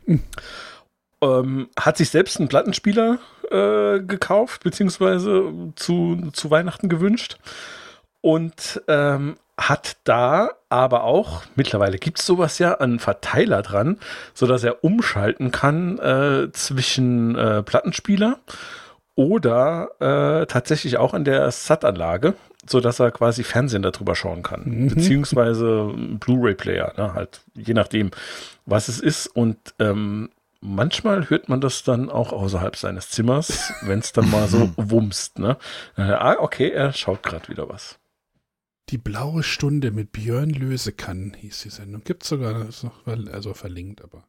hat sich selbst einen Plattenspieler gekauft, beziehungsweise zu Weihnachten gewünscht. Und hat da aber auch, mittlerweile gibt es sowas ja, einen Verteiler dran, sodass er umschalten kann zwischen Plattenspieler oder tatsächlich auch an der SAT-Anlage, sodass er quasi Fernsehen darüber schauen kann. Beziehungsweise Blu-ray-Player, ne? Halt, je nachdem, was es ist. Und manchmal hört man das dann auch außerhalb seines Zimmers, wenn es dann mal so wumst. Ne? Okay, er schaut gerade wieder was. Die blaue Stunde mit Björn Lösekann hieß die Sendung. Gibt es sogar, ist noch, also verlinkt, aber.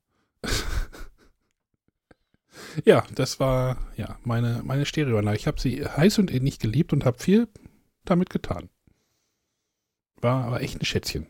Ja, das war ja meine Stereoanlage. Ich habe sie heiß und innig geliebt und habe viel damit getan. War aber echt ein Schätzchen.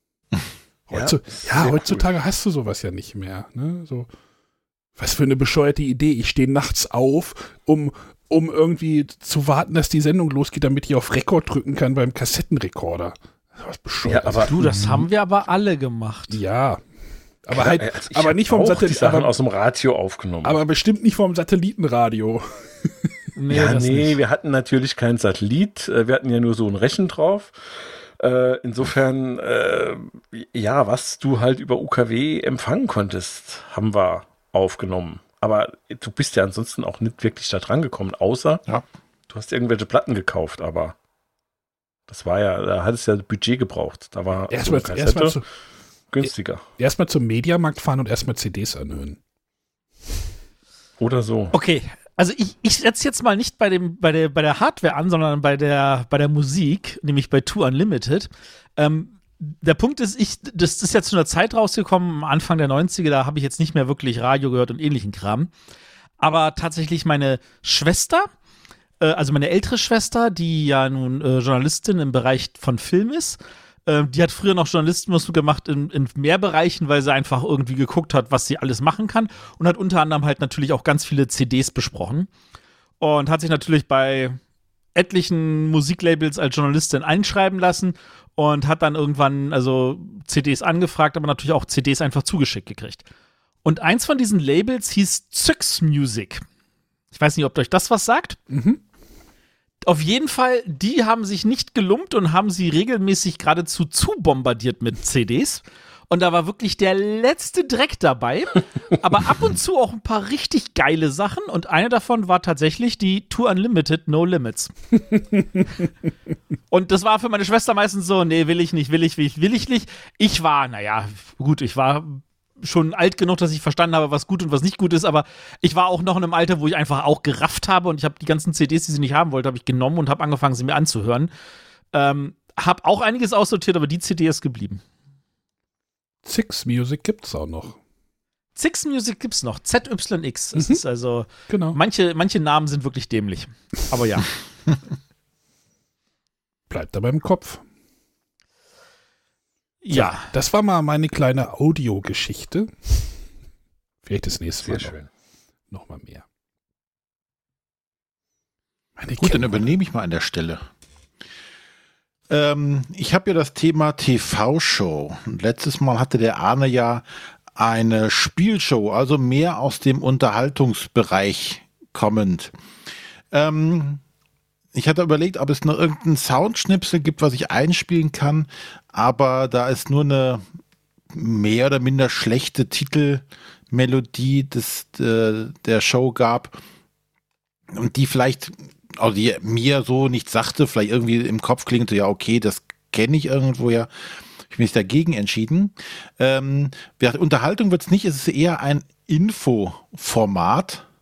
Heutzutage hast du sowas ja nicht mehr. Ne? So, was für eine bescheuerte Idee. Ich stehe nachts auf, um irgendwie zu warten, dass die Sendung losgeht, damit ich auf Rekord drücken kann beim Kassettenrekorder. Was bescheuert. Ja, aber das haben wir aber alle gemacht. Ja. Aber also aber nicht vom Satelliten. Sachen aus dem Radio aufgenommen. Aber bestimmt nicht vom Satellitenradio. Nee, wir hatten natürlich keinen Satellit. Wir hatten ja nur so ein Rechen drauf. Insofern, was du halt über UKW empfangen konntest, haben wir aufgenommen. Aber du bist ja ansonsten auch nicht wirklich da dran gekommen, außer du hast irgendwelche Platten gekauft, aber das war ja, da hat es ja Budget gebraucht. Da war erstmal günstiger. Erstmal zum Mediamarkt fahren und erstmal CDs anhören. Oder so. Okay, also ich setze jetzt mal nicht bei der Hardware an, sondern bei der Musik, nämlich bei Two Unlimited. Der Punkt ist, das ist ja zu einer Zeit rausgekommen, Anfang der 90er, da habe ich jetzt nicht mehr wirklich Radio gehört und ähnlichen Kram. Aber tatsächlich meine Schwester, also meine ältere Schwester, die ja nun Journalistin im Bereich von Film ist, die hat früher noch Journalismus gemacht in mehr Bereichen, weil sie einfach irgendwie geguckt hat, was sie alles machen kann und hat unter anderem halt natürlich auch ganz viele CDs besprochen und hat sich natürlich bei etlichen Musiklabels als Journalistin einschreiben lassen und hat dann irgendwann also CDs angefragt, aber natürlich auch CDs einfach zugeschickt gekriegt. Und eins von diesen Labels hieß Zyx Music. Ich weiß nicht, ob euch das was sagt. Auf jeden Fall, die haben sich nicht gelumpt und haben sie regelmäßig geradezu zubombardiert mit CDs. Und da war wirklich der letzte Dreck dabei, aber ab und zu auch ein paar richtig geile Sachen. Und eine davon war tatsächlich die Two Unlimited No Limits. Und das war für meine Schwester meistens so, nee, will ich nicht. Ich war schon alt genug, dass ich verstanden habe, was gut und was nicht gut ist, aber ich war auch noch in einem Alter, wo ich einfach auch gerafft habe und ich habe die ganzen CDs, die sie nicht haben wollte, habe ich genommen und habe angefangen, sie mir anzuhören. Habe auch einiges aussortiert, aber die CD ist geblieben. Zyx Music gibt's auch noch. Zyx Music gibt's noch. ZYX. Es ist also, genau. Manche Namen sind wirklich dämlich. Aber ja. Bleibt aber im Kopf. Ja. Das war mal meine kleine Audiogeschichte. Vielleicht das nächste Mal. Sehr schön. Noch mal mehr. Gut, dann übernehme ich mal an der Stelle. Ich habe ja das Thema TV-Show. Letztes Mal hatte der Arne ja eine Spielshow, also mehr aus dem Unterhaltungsbereich kommend. Ich hatte überlegt, ob es noch irgendeinen Soundschnipsel gibt, was ich einspielen kann, aber da es nur eine mehr oder minder schlechte Titelmelodie der Show gab und die vielleicht, also die mir so nicht sagte, vielleicht irgendwie im Kopf klingte, ja okay, das kenne ich irgendwoher, habe ich mich dagegen entschieden. Unterhaltung wird es nicht, es ist eher ein Infoformat.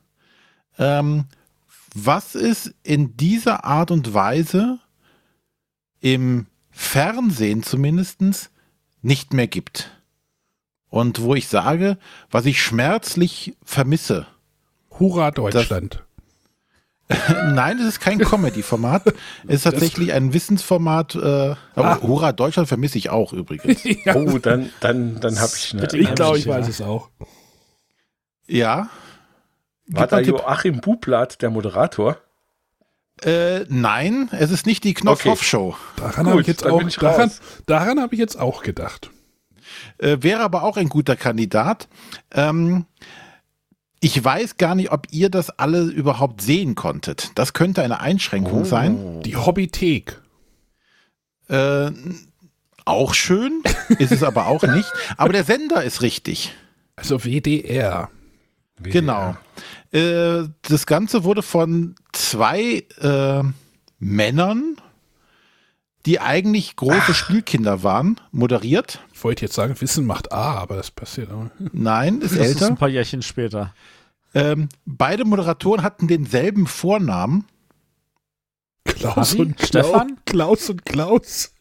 Was es in dieser Art und Weise im Fernsehen zumindest nicht mehr gibt. Und wo ich sage, was ich schmerzlich vermisse. Hurra Deutschland. Nein, es ist kein Comedy-Format. Es ist tatsächlich ein Wissensformat. Hurra Deutschland vermisse ich auch übrigens. Ja. Oh, dann habe ich eine. Ich glaube, ich weiß es auch. Ja. War da Joachim Bublatt der Moderator? Nein, es ist nicht die Knopfhoff-Show. Daran habe ich jetzt auch gedacht. Wäre aber auch ein guter Kandidat. Ich weiß gar nicht, ob ihr das alle überhaupt sehen konntet. Das könnte eine Einschränkung sein. Die Hobbythek. Auch schön, ist es aber auch nicht. Aber der Sender ist richtig. Also WDR. Genau. Das Ganze wurde von 2 Männern, die eigentlich große Spielkinder waren, moderiert. Ich wollte jetzt sagen, Wissen macht A, aber das passiert auch. Nein, ist Das älter. ist ein paar Jährchen später. Beide Moderatoren hatten denselben Vornamen. Klaus Harry? und Stefan? Klaus und Klaus.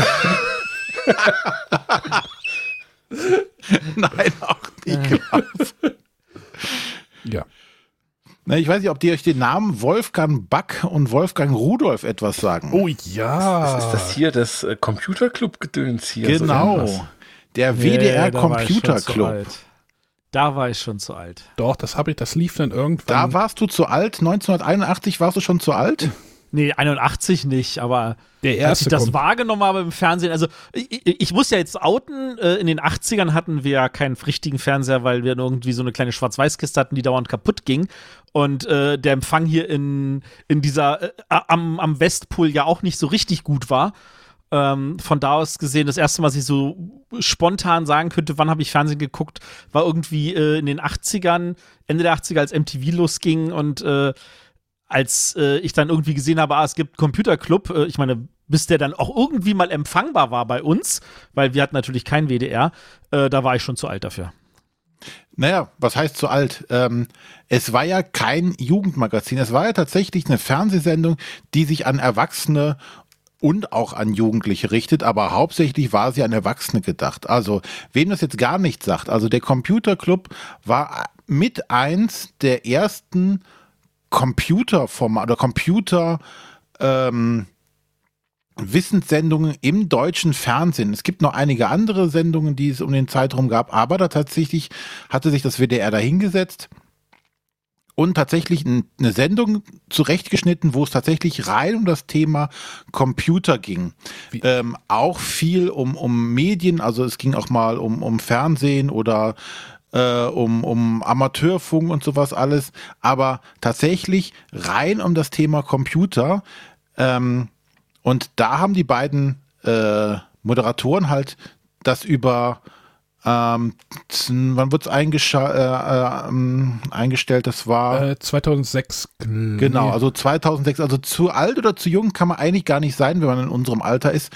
Nein, auch nicht Klaus. Ja. Na, ich weiß nicht, ob die euch den Namen Wolfgang Back und Wolfgang Rudolf etwas sagen. Oh ja. Ist das hier das Computerclub-Gedöns hier? Genau. So Der WDR Computer Club. Da war ich schon zu alt. Doch, das lief dann irgendwann. Da warst du zu alt. 1981 warst du schon zu alt. Nee, 81 nicht, aber der als erste ich das kommt. wahrgenommen habe im Fernsehen, also ich muss ja jetzt outen, in den 80ern hatten wir ja keinen richtigen Fernseher, weil wir irgendwie so eine kleine Schwarz-Weiß-Kiste hatten, die dauernd kaputt ging und der Empfang hier in dieser, am Westpol ja auch nicht so richtig gut war. Von da aus gesehen, das erste Mal, was ich so spontan sagen könnte, wann habe ich Fernsehen geguckt, war irgendwie in den 80ern, Ende der 80er, als MTV losging und als ich dann irgendwie gesehen habe, es gibt Computerclub, ich meine, bis der dann auch irgendwie mal empfangbar war bei uns, weil wir hatten natürlich kein WDR, da war ich schon zu alt dafür. Naja, was heißt zu alt? Es war ja kein Jugendmagazin, es war ja tatsächlich eine Fernsehsendung, die sich an Erwachsene und auch an Jugendliche richtet, aber hauptsächlich war sie an Erwachsene gedacht. Also, wem das jetzt gar nicht sagt, also der Computerclub war mit eins der ersten Computerformat oder Wissensendungen im deutschen Fernsehen. Es gibt noch einige andere Sendungen, die es um den Zeitraum gab, aber da tatsächlich hatte sich das WDR dahingesetzt und tatsächlich eine Sendung zurechtgeschnitten, wo es tatsächlich rein um das Thema Computer ging. Auch viel um Medien, also es ging auch mal um Fernsehen oder um Amateurfunk und sowas alles, aber tatsächlich rein um das Thema Computer. Und da haben die beiden Moderatoren halt das über wann wird es eingestellt? Das war 2006. Genau, also 2006. Also zu alt oder zu jung kann man eigentlich gar nicht sein, wenn man in unserem Alter ist.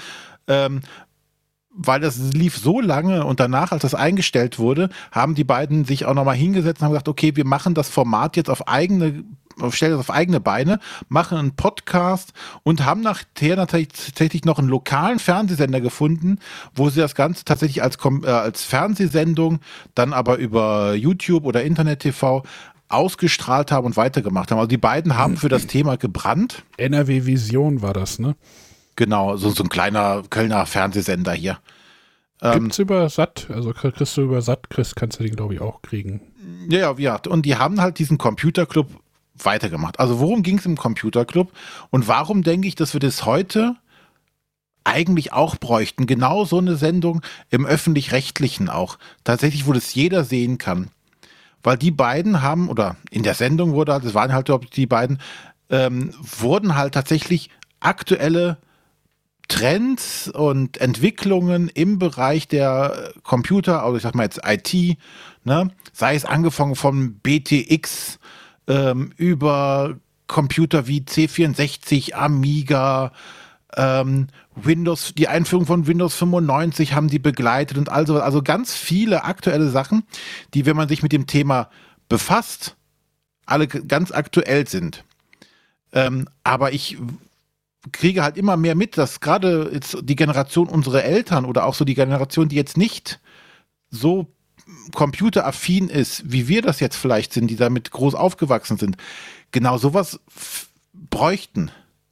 Weil das lief so lange und danach, als das eingestellt wurde, haben die beiden sich auch nochmal hingesetzt und haben gesagt, okay, wir machen das Format jetzt stellen das auf eigene Beine, machen einen Podcast und haben nachher tatsächlich noch einen lokalen Fernsehsender gefunden, wo sie das Ganze tatsächlich als Fernsehsendung, dann aber über YouTube oder Internet-TV ausgestrahlt haben und weitergemacht haben. Also die beiden haben für das Thema gebrannt. NRW Vision war das, ne? Genau, so ein kleiner Kölner Fernsehsender hier. Gibt's über Sat, also kriegst du über Sat, kannst du den, glaube ich, auch kriegen. Ja, und die haben halt diesen Computerclub weitergemacht. Also worum ging es im Computerclub und warum denke ich, dass wir das heute eigentlich auch bräuchten? Genau so eine Sendung im Öffentlich-Rechtlichen auch. Tatsächlich, wo das jeder sehen kann. Weil die beiden haben, oder in der Sendung das waren halt die beiden, wurden halt tatsächlich aktuelle Trends und Entwicklungen im Bereich der Computer, also ich sag mal jetzt IT, ne, sei es angefangen von BTX, über Computer wie C64, Amiga, Windows, die Einführung von Windows 95 haben die begleitet und also ganz viele aktuelle Sachen, die, wenn man sich mit dem Thema befasst, alle ganz aktuell sind. Aber ich kriege halt immer mehr mit, dass gerade jetzt die Generation unserer Eltern oder auch so die Generation, die jetzt nicht so computeraffin ist, wie wir das jetzt vielleicht sind, die damit groß aufgewachsen sind, genau sowas bräuchten.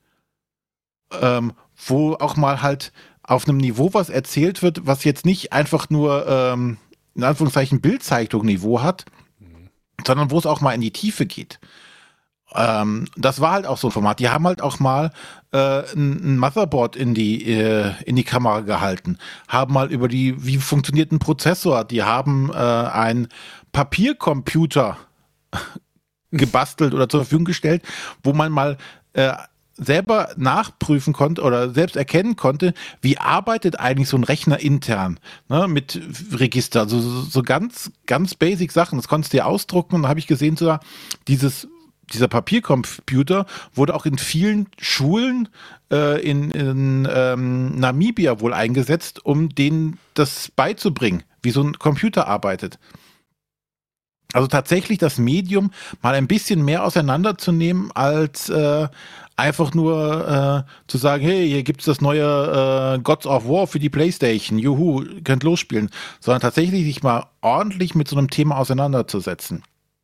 Wo auch mal halt auf einem Niveau was erzählt wird, was jetzt nicht einfach nur in Anführungszeichen Bildzeitung-Niveau hat, sondern wo es auch mal in die Tiefe geht. Das war halt auch so ein Format. Die haben halt auch mal ein Motherboard in die Kamera gehalten, haben mal über wie funktioniert ein Prozessor. Die haben einen Papiercomputer gebastelt oder zur Verfügung gestellt, wo man mal selber nachprüfen konnte oder selbst erkennen konnte, wie arbeitet eigentlich so ein Rechner intern, ne, mit Register. Also so ganz, ganz basic Sachen. Das konntest du dir ausdrucken und da habe ich gesehen, sogar dieses dieser Papiercomputer wurde auch in vielen Schulen in Namibia wohl eingesetzt, um denen das beizubringen, wie so ein Computer arbeitet. Also tatsächlich das Medium mal ein bisschen mehr auseinanderzunehmen, als einfach nur zu sagen, hey, hier gibt's das neue Gods of War für die Playstation, juhu, könnt losspielen, sondern tatsächlich sich mal ordentlich mit so einem Thema auseinanderzusetzen.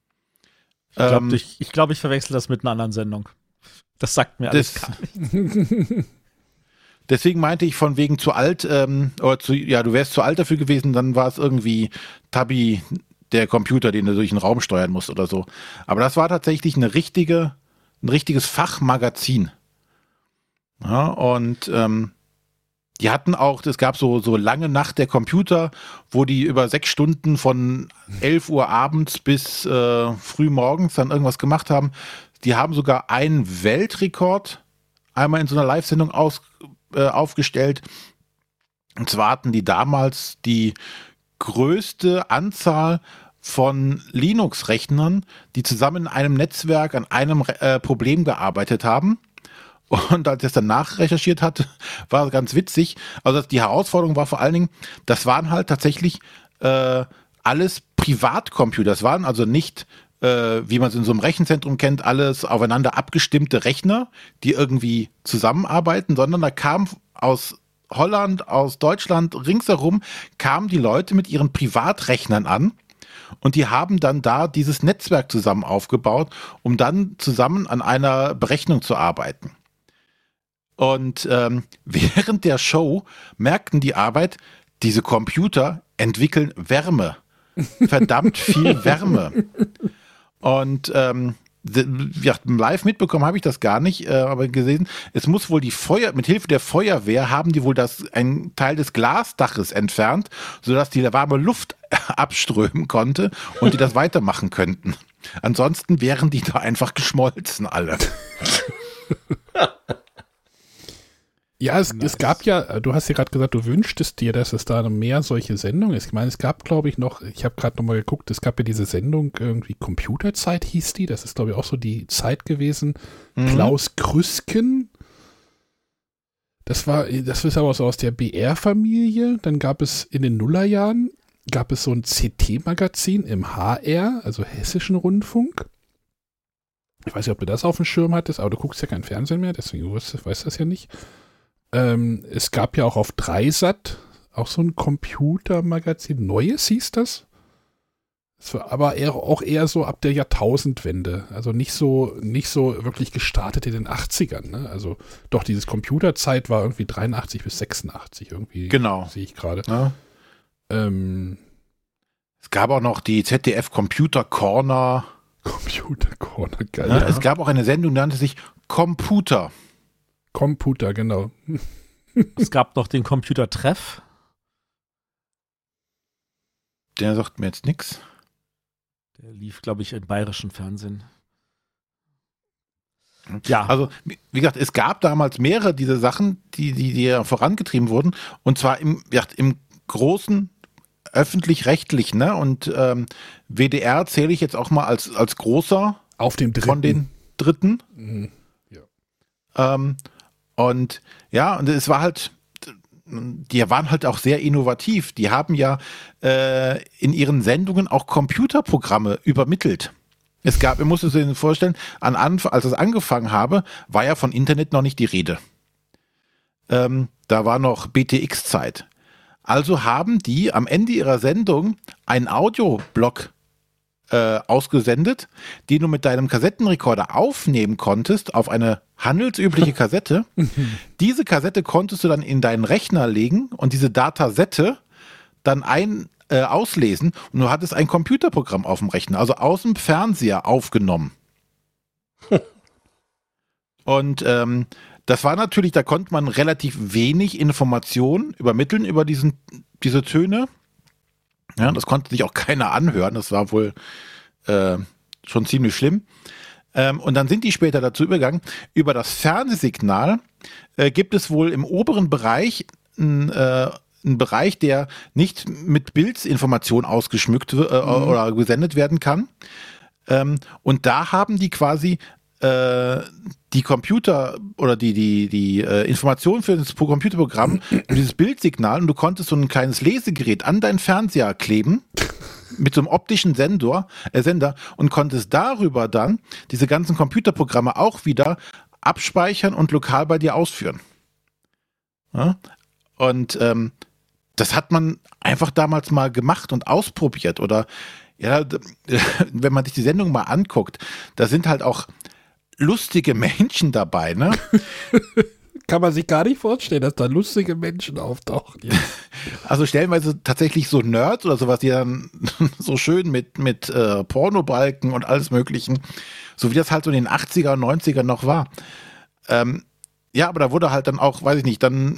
Ich glaube, ich verwechsel das mit einer anderen Sendung. Das sagt mir alles gar nichts. Deswegen meinte ich von wegen zu alt, du wärst zu alt dafür gewesen, dann war es irgendwie Tabby, der Computer, den du durch den Raum steuern musst oder so. Aber das war tatsächlich ein richtiges Fachmagazin. Ja, und die hatten auch, es gab so lange Nacht der Computer, wo die über 6 Stunden von 11 Uhr abends bis früh morgens dann irgendwas gemacht haben. Die haben sogar einen Weltrekord einmal in so einer Live-Sendung aufgestellt. Und zwar hatten die damals die größte Anzahl von Linux-Rechnern, die zusammen in einem Netzwerk an einem Problem gearbeitet haben. Und als ich es dann nachrecherchiert hatte, war es ganz witzig. Also die Herausforderung war vor allen Dingen, das waren halt tatsächlich alles Privatcomputer. Das waren also nicht, wie man es in so einem Rechenzentrum kennt, alles aufeinander abgestimmte Rechner, die irgendwie zusammenarbeiten, sondern da kam aus Holland, aus Deutschland, ringsherum kamen die Leute mit ihren Privatrechnern an und die haben dann da dieses Netzwerk zusammen aufgebaut, um dann zusammen an einer Berechnung zu arbeiten. Und während der Show merkten die Arbeit, diese Computer entwickeln Wärme. Verdammt viel Wärme. Und live mitbekommen habe ich das gar nicht, aber gesehen, es muss wohl mit Hilfe der Feuerwehr haben die wohl einen Teil des Glasdaches entfernt, sodass die warme Luft abströmen konnte und die das weitermachen könnten. Ansonsten wären die da einfach geschmolzen alle. Ja, es gab ja, du hast ja gerade gesagt, du wünschtest dir, dass es da mehr solche Sendungen ist. Ich meine, es gab, glaube ich, ich habe gerade nochmal geguckt, es gab ja diese Sendung, irgendwie Computerzeit hieß die, das ist, glaube ich, auch so die Zeit gewesen. Klaus Krüsken, das ist aber so aus der BR-Familie. Dann gab es in den Nullerjahren, so ein CT-Magazin im HR, also Hessischen Rundfunk. Ich weiß nicht, ob du das auf dem Schirm hattest, aber du guckst ja kein Fernsehen mehr, deswegen weißt du das ja nicht. Es gab ja auch auf Dreisat auch so ein Computermagazin. Neues hieß das. Das war aber auch eher so ab der Jahrtausendwende. Also nicht so wirklich gestartet in den 80ern. Ne? Also doch, dieses Computerzeit war irgendwie 83 bis 86 irgendwie. Genau. Sehe ich gerade. Ja. Es gab auch noch die ZDF Computer Corner. Computer Corner, geil. Ja, es gab auch eine Sendung, die nannte sich Computer, genau. Es gab noch den Computertreff. Der sagt mir jetzt nichts. Der lief, glaube ich, im bayerischen Fernsehen. Ja. Also, wie gesagt, es gab damals mehrere dieser Sachen, die vorangetrieben wurden. Und zwar im großen öffentlich-rechtlichen, ne? Und WDR zähle ich jetzt auch mal als großer auf dem Dritten. Von den Dritten. Mhm. Ja. Und es war halt, die waren halt auch sehr innovativ. Die haben ja in ihren Sendungen auch Computerprogramme übermittelt. Ihr musst es dir vorstellen, als es angefangen habe, war ja von Internet noch nicht die Rede. Da war noch BTX-Zeit. Also haben die am Ende ihrer Sendung einen Audioblock ausgesendet, den du mit deinem Kassettenrekorder aufnehmen konntest auf eine handelsübliche Kassette. Diese Kassette konntest du dann in deinen Rechner legen und diese Datasette dann auslesen und du hattest ein Computerprogramm auf dem Rechner, also aus dem Fernseher aufgenommen. Und das war natürlich, da konnte man relativ wenig Informationen übermitteln über diese Töne. Ja, das konnte sich auch keiner anhören. Das war wohl schon ziemlich schlimm. Und dann sind die später dazu übergegangen, über das Fernsehsignal gibt es wohl im oberen Bereich einen Bereich, der nicht mit Bildinformation ausgeschmückt oder gesendet werden kann. Und da haben die quasi die Computer oder die Informationen für das Computerprogramm, dieses Bildsignal, und du konntest so ein kleines Lesegerät an deinen Fernseher kleben mit so einem optischen Sender und konntest darüber dann diese ganzen Computerprogramme auch wieder abspeichern und lokal bei dir ausführen. Ja? Und das hat man einfach damals mal gemacht und ausprobiert. Oder ja, wenn man sich die Sendung mal anguckt, da sind halt auch lustige Menschen dabei, ne? Kann man sich gar nicht vorstellen, dass da lustige Menschen auftauchen. Also stellenweise tatsächlich so Nerds oder sowas, die dann so schön mit Pornobalken und alles Möglichen, so wie das halt so in den 80er und 90er noch war. Ja, aber da wurde halt dann auch, weiß ich nicht, dann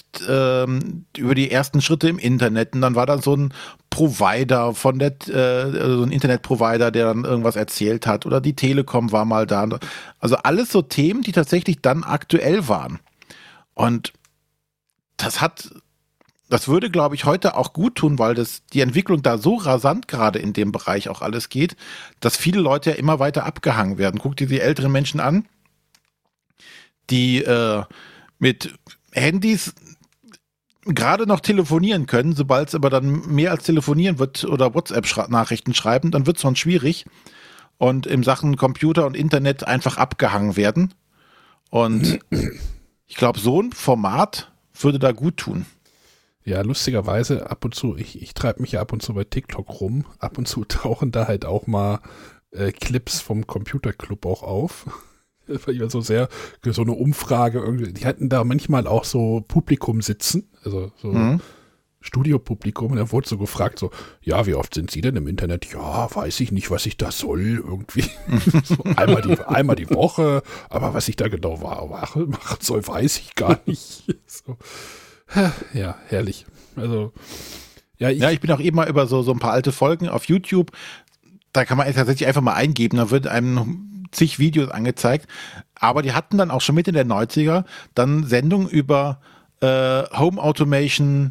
über die ersten Schritte im Internet, und dann war da so ein Provider so ein Internetprovider, der dann irgendwas erzählt hat, oder die Telekom war mal da. Also alles so Themen, die tatsächlich dann aktuell waren. Und das würde, glaube ich, heute auch gut tun, weil die Entwicklung da so rasant gerade in dem Bereich auch alles geht, dass viele Leute ja immer weiter abgehangen werden. Guck dir die älteren Menschen an, die mit Handys gerade noch telefonieren können. Sobald es aber dann mehr als telefonieren wird oder WhatsApp-Nachrichten schreiben, dann wird es schon schwierig und in Sachen Computer und Internet einfach abgehangen werden. Und ich glaube, so ein Format würde da gut tun. Ja, lustigerweise ab und zu, ich treibe mich ja ab und zu bei TikTok rum, ab und zu tauchen da halt auch mal Clips vom Computerclub auch auf. Das war immer so eine Umfrage irgendwie. Die hatten da manchmal auch so Publikum sitzen, also so Studiopublikum, und dann wurde so gefragt, so, ja, wie oft sind Sie denn im Internet? Ja, weiß ich nicht, was ich da soll, irgendwie. So einmal die Woche, aber was ich da genau machen soll, weiß ich gar nicht. So. Ja, herrlich. Also, ich bin auch eben mal über so ein paar alte Folgen auf YouTube, da kann man tatsächlich einfach mal eingeben, da wird einem zig Videos angezeigt, aber die hatten dann auch schon Mitte der 90er dann Sendungen über Home Automation,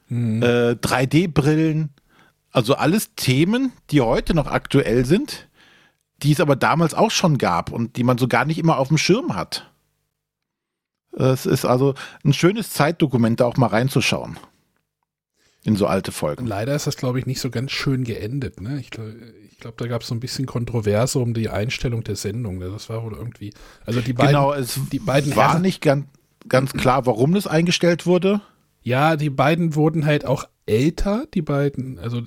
3D-Brillen, also alles Themen, die heute noch aktuell sind, die es aber damals auch schon gab und die man so gar nicht immer auf dem Schirm hat. Es ist also ein schönes Zeitdokument, da auch mal reinzuschauen. In so alte Folgen. Leider ist das, glaube ich, nicht so ganz schön geendet. Ne? Ich glaube, da gab es so ein bisschen Kontroverse um die Einstellung der Sendung. Das war wohl irgendwie. Also die beiden. Genau, die beiden war nicht ganz klar, warum das eingestellt wurde. Ja, die beiden wurden halt auch älter, die beiden. Also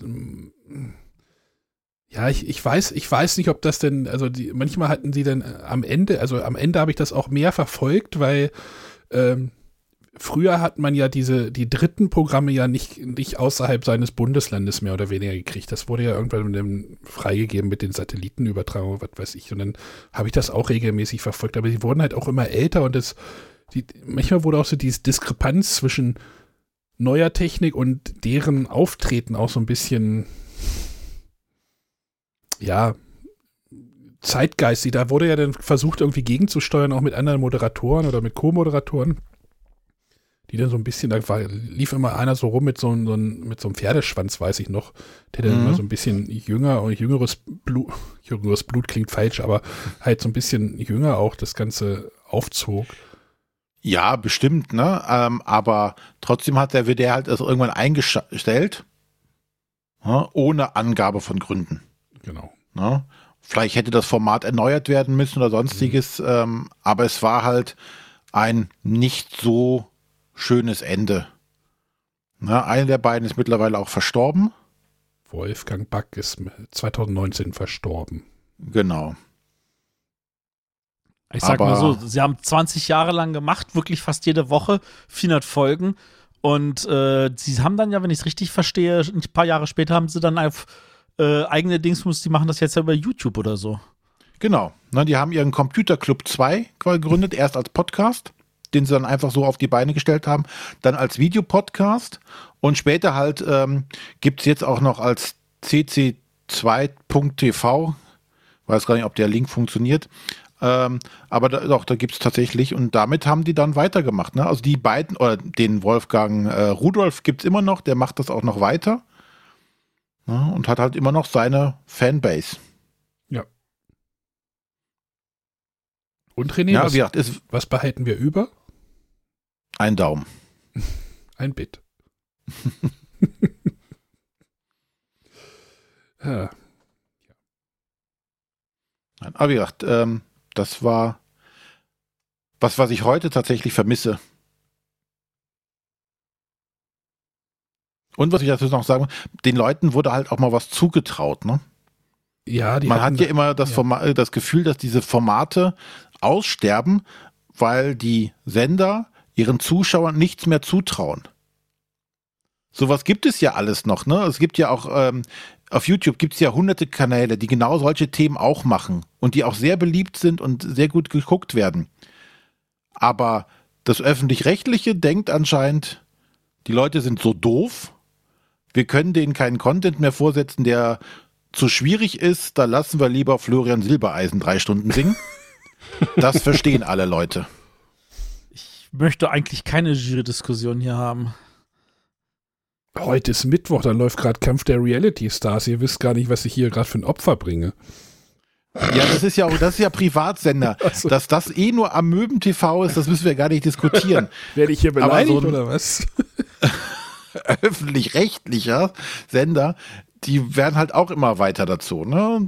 ja, ich weiß nicht, ob das denn. Also manchmal hatten sie dann am Ende habe ich das auch mehr verfolgt, weil früher hat man ja die dritten Programme ja nicht außerhalb seines Bundeslandes mehr oder weniger gekriegt. Das wurde ja irgendwann mit dem freigegeben mit den Satellitenübertragungen, was weiß ich. Und dann habe ich das auch regelmäßig verfolgt. Aber die wurden halt auch immer älter und manchmal wurde auch so diese Diskrepanz zwischen neuer Technik und deren Auftreten auch so ein bisschen, ja, zeitgeistig. Da wurde ja dann versucht, irgendwie gegenzusteuern, auch mit anderen Moderatoren oder mit Co-Moderatoren. Die dann so ein bisschen, lief immer einer so rum mit so einem Pferdeschwanz, weiß ich noch, der dann immer so ein bisschen jüngeres Blut klingt falsch, aber halt so ein bisschen jünger auch das Ganze aufzog. Ja, bestimmt, ne? Aber trotzdem wird der halt also irgendwann eingestellt, ohne Angabe von Gründen. Genau. Ne? Vielleicht hätte das Format erneuert werden müssen oder sonstiges, aber es war halt ein nicht so schönes Ende. Na, einer der beiden ist mittlerweile auch verstorben. Wolfgang Back ist 2019 verstorben. Genau. Ich sag mal so, sie haben 20 Jahre lang gemacht, wirklich fast jede Woche, 400 Folgen. Und sie haben dann ja, wenn ich es richtig verstehe, ein paar Jahre später haben sie dann auf eigene Dingsmus, die machen das jetzt ja über YouTube oder so. Genau. Na, die haben ihren Computerclub 2 gegründet, erst als Podcast, den sie dann einfach so auf die Beine gestellt haben, dann als Videopodcast und später halt gibt es jetzt auch noch als cc2.tv, weiß gar nicht, ob der Link funktioniert, aber da gibt es tatsächlich und damit haben die dann weitergemacht. Ne? Also die beiden, oder den Wolfgang Rudolf gibt es immer noch, der macht das auch noch weiter, ne? Und hat halt immer noch seine Fanbase. Ja. Und René, Ja, wie gesagt, was behalten wir über? ein Daumen. Ein Bit. Ja. Aber wie gesagt, das war was ich heute tatsächlich vermisse. Und was ich dazu noch sagen muss, den Leuten wurde halt auch mal was zugetraut, ne? Ja, Man hat ja immer das Gefühl, dass diese Formate aussterben, weil die Sender ihren Zuschauern nichts mehr zutrauen. Sowas gibt es ja alles noch, ne? Es gibt ja auch, auf YouTube gibt es ja hunderte Kanäle, die genau solche Themen auch machen und die auch sehr beliebt sind und sehr gut geguckt werden. Aber das Öffentlich-Rechtliche denkt anscheinend, die Leute sind so doof, wir können denen keinen Content mehr vorsetzen, der zu schwierig ist, da lassen wir lieber Florian Silbereisen 3 Stunden singen. Das verstehen alle Leute. Ich möchte eigentlich keine Jury-Diskussion hier haben. Heute ist Mittwoch, da läuft gerade Kampf der Reality Stars. Ihr wisst gar nicht, was ich hier gerade für ein Opfer bringe. Ja, das ist ja Privatsender. So. Dass das nur Amöben TV ist, das müssen wir gar nicht diskutieren. Werde ich hier beleidigt Aber so ein- oder was? Öffentlich-rechtlicher Sender, die werden halt auch immer weiter dazu, ne?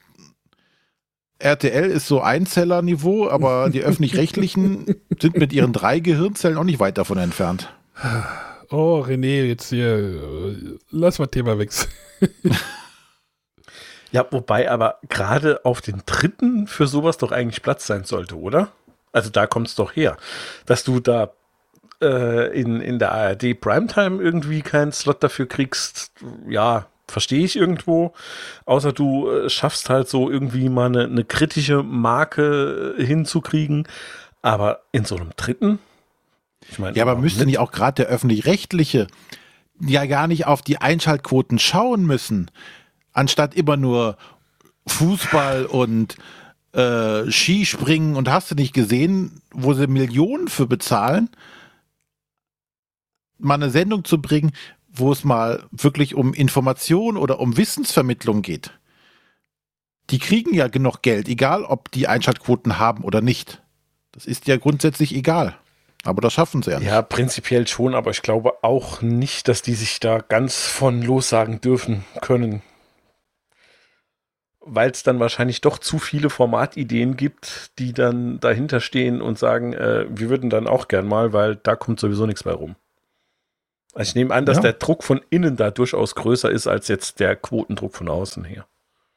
RTL ist so Einzeller-Niveau, aber die Öffentlich-Rechtlichen sind mit ihren 3 Gehirnzellen auch nicht weit davon entfernt. Oh, René, jetzt hier, lass mal Thema wechseln. Ja, wobei aber gerade auf den dritten für sowas doch eigentlich Platz sein sollte, oder? Also da kommt es doch her, dass du da in der ARD Primetime irgendwie keinen Slot dafür kriegst. Ja, verstehe ich irgendwo. Außer du schaffst halt so irgendwie mal eine kritische Marke hinzukriegen. Aber in so einem dritten? Ich meine, Ja, aber müsste nicht auch gerade der Öffentlich-Rechtliche ja gar nicht auf die Einschaltquoten schauen müssen, anstatt immer nur Fußball und Skispringen und hast du nicht gesehen, wo sie Millionen für bezahlen, mal eine Sendung zu bringen, wo es mal wirklich um Information oder um Wissensvermittlung geht. Die kriegen ja genug Geld, egal ob die Einschaltquoten haben oder nicht. Das ist ja grundsätzlich egal. Aber das schaffen sie ja nicht. Ja, prinzipiell schon, aber ich glaube auch nicht, dass die sich da ganz von lossagen dürfen können. Weil es dann wahrscheinlich doch zu viele Formatideen gibt, die dann dahinter stehen und sagen, wir würden dann auch gern mal, weil da kommt sowieso nichts mehr rum. Also ich nehme an, dass der Druck von innen da durchaus größer ist als jetzt der Quotendruck von außen her.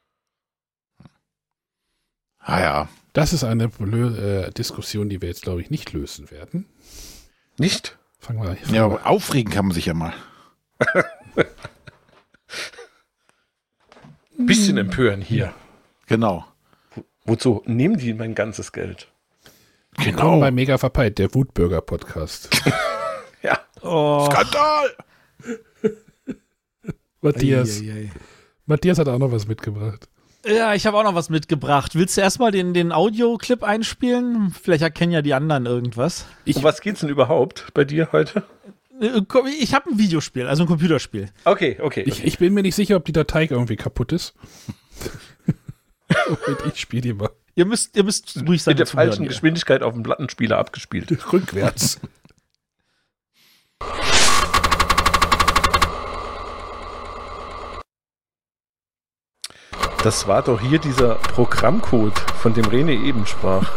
Ah ja. Das ist eine Diskussion, die wir jetzt, glaube ich, nicht lösen werden. Nicht? Fangen wir Ja, aber aufregen kann man sich ja mal. Bisschen empören hier. Genau. Wozu nehmen die mein ganzes Geld? Willkommen bei Mega Verpeilt, der Wutbürger-Podcast. Ja. Oh. Skandal! Matthias. Eieiei. Matthias hat auch noch was mitgebracht. Ja, ich habe auch noch was mitgebracht. Willst du erstmal den Audioclip einspielen? Vielleicht erkennen ja die anderen irgendwas. Um was geht's denn überhaupt bei dir heute? Ich habe ein Videospiel, also ein Computerspiel. Okay. Ich bin mir nicht sicher, ob die Datei irgendwie kaputt ist. Ich spiele die mal. Ihr müsst ruhig sein. Mit der zum Hören falschen hier. Geschwindigkeit auf dem Plattenspieler abgespielt. Rückwärts. Das war doch hier dieser Programmcode, von dem René eben sprach.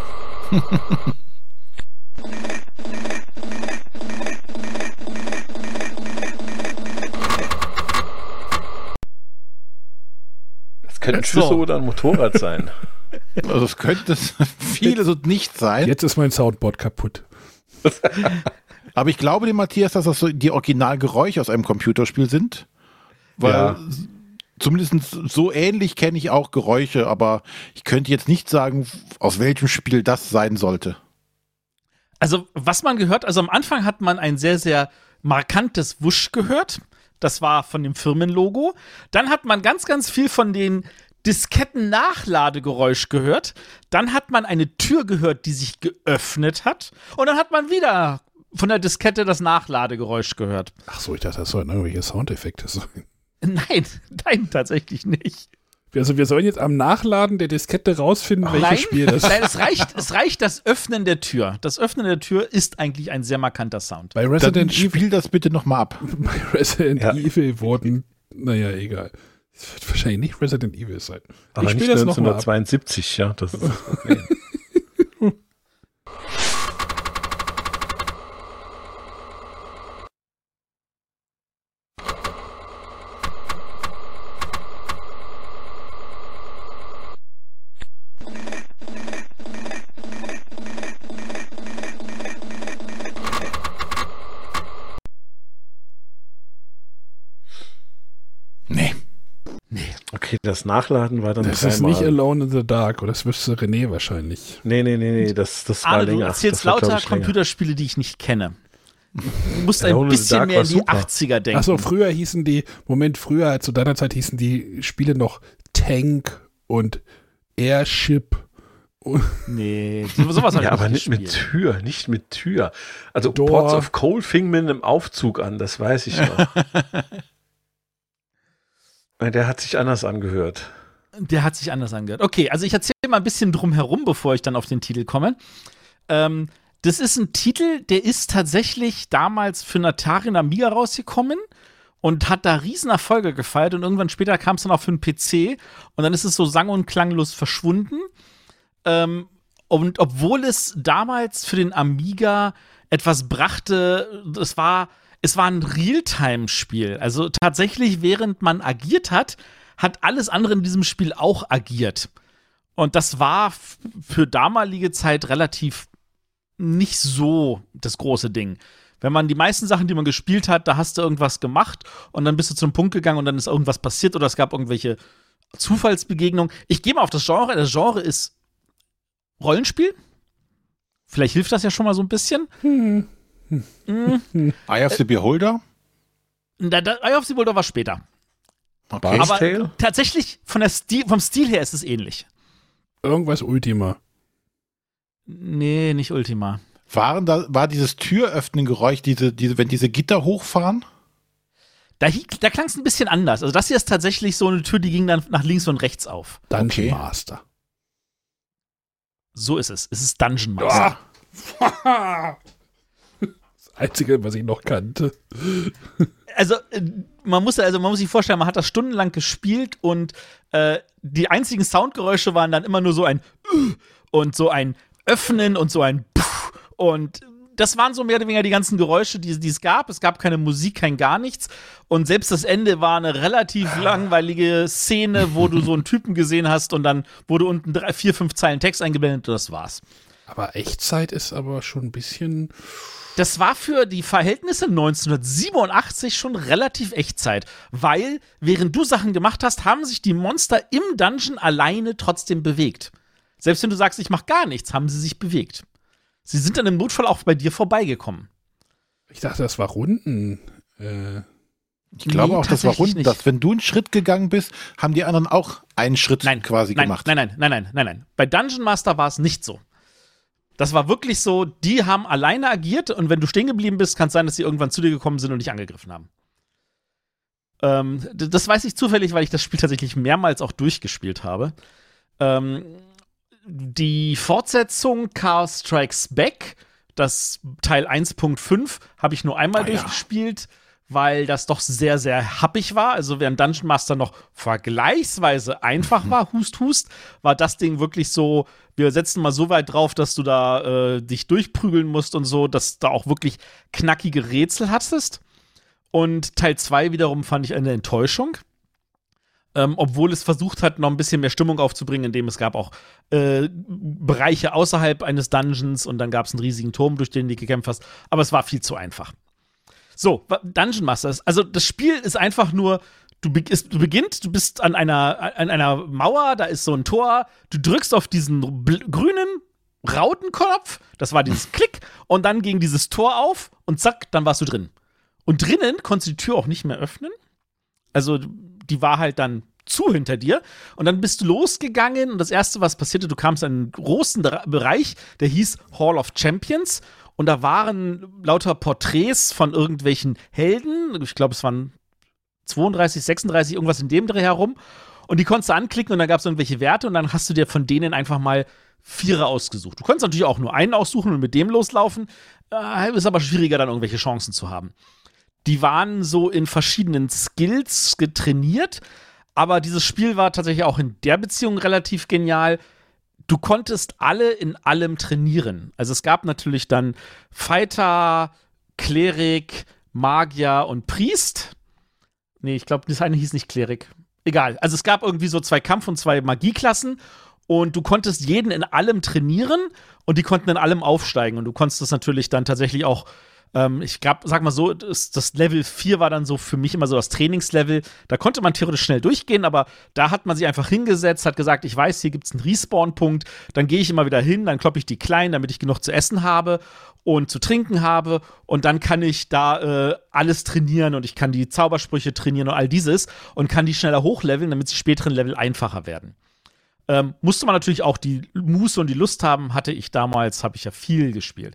Das könnte ein Schlüssel oder ein Motorrad sein. Also es könnte vieles und nichts sein. Jetzt ist mein Soundboard kaputt. Aber ich glaube dem Matthias, dass das so die Originalgeräusche aus einem Computerspiel sind. Weil Ja. zumindest so ähnlich kenne ich auch Geräusche, aber ich könnte jetzt nicht sagen, aus welchem Spiel das sein sollte. Also, was man gehört, also am Anfang hat man ein sehr, sehr markantes Wusch gehört. Das war von dem Firmenlogo. Dann hat man ganz, ganz viel von den Disketten-Nachladegeräusch gehört. Dann hat man eine Tür gehört, die sich geöffnet hat. Und dann hat man wieder von der Diskette das Nachladegeräusch gehört. Ach so, ich dachte, das sollten irgendwelche Soundeffekte sein. Nein, tatsächlich nicht. Also wir sollen jetzt am Nachladen der Diskette rausfinden, welches Spiel das ist. Nein, es reicht das Öffnen der Tür. Das Öffnen der Tür ist eigentlich ein sehr markanter Sound. Bei Resident Evil, spiel das bitte nochmal ab. bei Resident Evil wurden, naja, egal. Es wird wahrscheinlich nicht Resident Evil sein. Aber ich nicht spiele das noch mal ab. 1972, ja, das ist das Problem. Okay, das Nachladen war dann Das ist nicht Alone in the Dark, oder das wüsste René wahrscheinlich. Nee, das war Arne, länger. du erzählst Das war, lauter glaub ich, länger. Computerspiele, die ich nicht kenne. Du musst ein Alone in the bisschen Dark mehr war in die super. 80er denken. Achso, früher, zu deiner Zeit hießen die Spiele noch Tank und Airship. Nee, sowas habe ich Ja, aber nicht nicht gespielt. nicht mit Tür. Also Door. Ports of Coal fing mit einem Aufzug an, das weiß ich noch. Der hat sich anders angehört. Der hat sich anders angehört. Okay, also ich erzähle mal ein bisschen drum herum, bevor ich dann auf den Titel komme. Das ist ein Titel, der ist tatsächlich damals für Atari und Amiga rausgekommen und hat da riesen Erfolge gefeiert und irgendwann später kam es dann auch für den PC und dann ist es so sang- und klanglos verschwunden. Und obwohl es damals für den Amiga etwas brachte, es war ein Realtime-Spiel. Also tatsächlich, während man agiert hat, hat alles andere in diesem Spiel auch agiert. Und das war für damalige Zeit relativ nicht so das große Ding. Wenn man die meisten Sachen, die man gespielt hat, da hast du irgendwas gemacht und dann bist du zum Punkt gegangen und dann ist irgendwas passiert oder es gab irgendwelche Zufallsbegegnungen. Ich gehe mal auf das Genre. Das Genre ist Rollenspiel. Vielleicht hilft das ja schon mal so ein bisschen. Eye of the Beholder? Eye of the Beholder war später. Okay. Aber Tale? tatsächlich vom Stil her ist es ähnlich. Irgendwas Ultima. Nee, nicht Ultima. War dieses Türöffnen-Geräusch, wenn diese Gitter hochfahren? Da klang es ein bisschen anders. Also das hier ist tatsächlich so eine Tür, die ging dann nach links und rechts auf. Dungeon Okay. Master. So ist es. Es ist Dungeon Master. Das Einzige, was ich noch kannte. Also man muss sich vorstellen, man hat das stundenlang gespielt und die einzigen Soundgeräusche waren dann immer nur so ein und so ein Öffnen und so ein Puff. Und das waren so mehr oder weniger die ganzen Geräusche, die es gab. Es gab keine Musik, kein gar nichts. Und selbst das Ende war eine relativ langweilige Szene, wo du so einen Typen gesehen hast und dann wurde unten 3, 4, 5 Zeilen Text eingeblendet und das war's. Aber Echtzeit ist aber schon ein bisschen. Das war für die Verhältnisse 1987 schon relativ Echtzeit, weil während du Sachen gemacht hast, haben sich die Monster im Dungeon alleine trotzdem bewegt. Selbst wenn du sagst, ich mach gar nichts, haben sie sich bewegt. Sie sind dann im Notfall auch bei dir vorbeigekommen. Ich dachte, das war Runden. Ich glaube auch, das war tatsächlich rund, nicht. dass wenn du einen Schritt gegangen bist, haben die anderen auch einen Schritt quasi gemacht. Nein. Bei Dungeon Master war es nicht so. Das war wirklich so, die haben alleine agiert und wenn du stehen geblieben bist, kann es sein, dass sie irgendwann zu dir gekommen sind und dich angegriffen haben. Das weiß ich zufällig, weil ich das Spiel tatsächlich mehrmals auch durchgespielt habe. Die Fortsetzung Chaos Strikes Back, das Teil 1.5, habe ich nur einmal durchgespielt, weil das doch sehr, sehr happig war. Also während Dungeon Master noch vergleichsweise einfach war, Hust, war das Ding wirklich so, wir setzen mal so weit drauf, dass du da dich durchprügeln musst und so, dass du da auch wirklich knackige Rätsel hattest. Und Teil 2 wiederum fand ich eine Enttäuschung. Obwohl es versucht hat, noch ein bisschen mehr Stimmung aufzubringen, indem es gab auch Bereiche außerhalb eines Dungeons und dann gab es einen riesigen Turm, durch den du gekämpft hast. Aber es war viel zu einfach. So, Dungeon Master ist, also das Spiel ist einfach nur, du bist an einer Mauer, da ist so ein Tor, du drückst auf diesen grünen Rautenknopf, das war dieses Klick, und dann ging dieses Tor auf und zack, dann warst du drin. Und drinnen konntest du die Tür auch nicht mehr öffnen. Also die war halt dann zu hinter dir. Und dann bist du losgegangen und das Erste, was passierte, du kamst in einen großen Bereich, der hieß Hall of Champions. Und da waren lauter Porträts von irgendwelchen Helden. Ich glaube, es waren 32, 36, irgendwas in dem Dreh herum. Und die konntest du anklicken und dann gab es irgendwelche Werte und dann hast du dir von denen einfach mal 4 ausgesucht. Du konntest natürlich auch nur einen aussuchen und mit dem loslaufen. Ist aber schwieriger, dann irgendwelche Chancen zu haben. Die waren so in verschiedenen Skills getrainiert, aber dieses Spiel war tatsächlich auch in der Beziehung relativ genial. Du konntest alle in allem trainieren. Also es gab natürlich dann Fighter, Klerik, Magier und Priest. Nee, ich glaube, das eine hieß nicht Klerik. Egal. Also es gab irgendwie so 2 Kampf- und 2 Magieklassen und du konntest jeden in allem trainieren und die konnten in allem aufsteigen. Und du konntest das natürlich dann tatsächlich auch sag mal so, das Level 4 war dann so für mich immer so das Trainingslevel. Da konnte man theoretisch schnell durchgehen, aber da hat man sich einfach hingesetzt, hat gesagt, ich weiß, hier gibt es einen Respawn-Punkt, dann gehe ich immer wieder hin, dann kloppe ich die klein, damit ich genug zu essen habe und zu trinken habe und dann kann ich da alles trainieren und ich kann die Zaubersprüche trainieren und all dieses und kann die schneller hochleveln, damit die späteren Level einfacher werden. Musste man natürlich auch die Muße und die Lust haben, hatte ich damals, habe ich ja viel gespielt.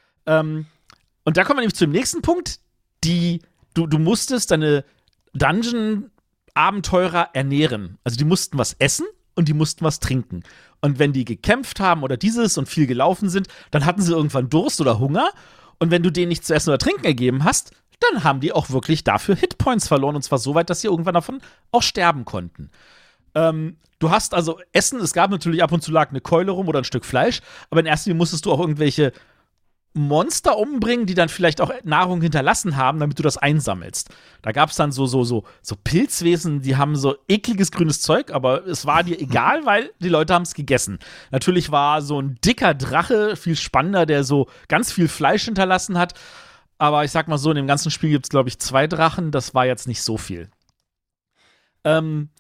Und da kommen wir nämlich zu dem nächsten Punkt. Du musstest deine Dungeon-Abenteurer ernähren. Also die mussten was essen und die mussten was trinken. Und wenn die gekämpft haben oder dieses und viel gelaufen sind, dann hatten sie irgendwann Durst oder Hunger. Und wenn du denen nichts zu essen oder trinken gegeben hast, dann haben die auch wirklich dafür Hitpoints verloren. Und zwar so weit, dass sie irgendwann davon auch sterben konnten. Du hast also Essen, es gab natürlich ab und zu lag eine Keule rum oder ein Stück Fleisch, aber in erster Linie musstest du auch irgendwelche Monster umbringen, die dann vielleicht auch Nahrung hinterlassen haben, damit du das einsammelst. Da gab es dann so Pilzwesen, die haben so ekliges grünes Zeug, aber es war dir egal, weil die Leute haben es gegessen. Natürlich war so ein dicker Drache viel spannender, der so ganz viel Fleisch hinterlassen hat. Aber ich sag mal so, in dem ganzen Spiel gibt es, glaube ich, 2 Drachen. Das war jetzt nicht so viel. Dann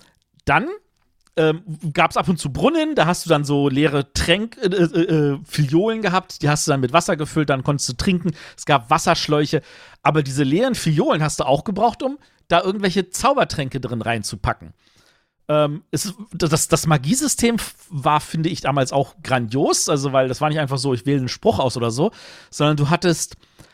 gab es ab und zu Brunnen, da hast du dann so leere Filiolen gehabt, die hast du dann mit Wasser gefüllt, dann konntest du trinken, es gab Wasserschläuche, aber diese leeren Filiolen hast du auch gebraucht, um da irgendwelche Zaubertränke drin reinzupacken. Das Magiesystem war, finde ich, damals auch grandios, also weil das war nicht einfach so, ich wähle einen Spruch aus oder so, sondern du hattest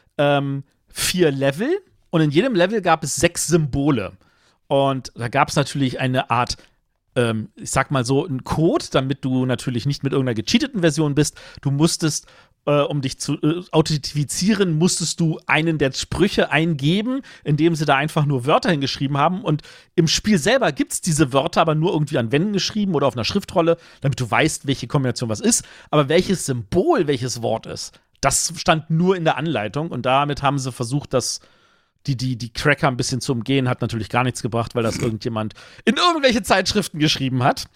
4 Level und in jedem Level gab es 6 Symbole. Und da gab es natürlich eine Art ich sag mal so, ein Code, damit du natürlich nicht mit irgendeiner gecheateten Version bist. Du musstest, um dich zu authentifizieren, musstest du einen der Sprüche eingeben, indem sie da einfach nur Wörter hingeschrieben haben. Und im Spiel selber gibt's diese Wörter aber nur irgendwie an Wänden geschrieben oder auf einer Schriftrolle, damit du weißt, welche Kombination was ist. Aber welches Symbol welches Wort ist, das stand nur in der Anleitung. Und damit haben sie versucht, die Cracker ein bisschen zu umgehen, hat natürlich gar nichts gebracht, weil das irgendjemand in irgendwelche Zeitschriften geschrieben hat.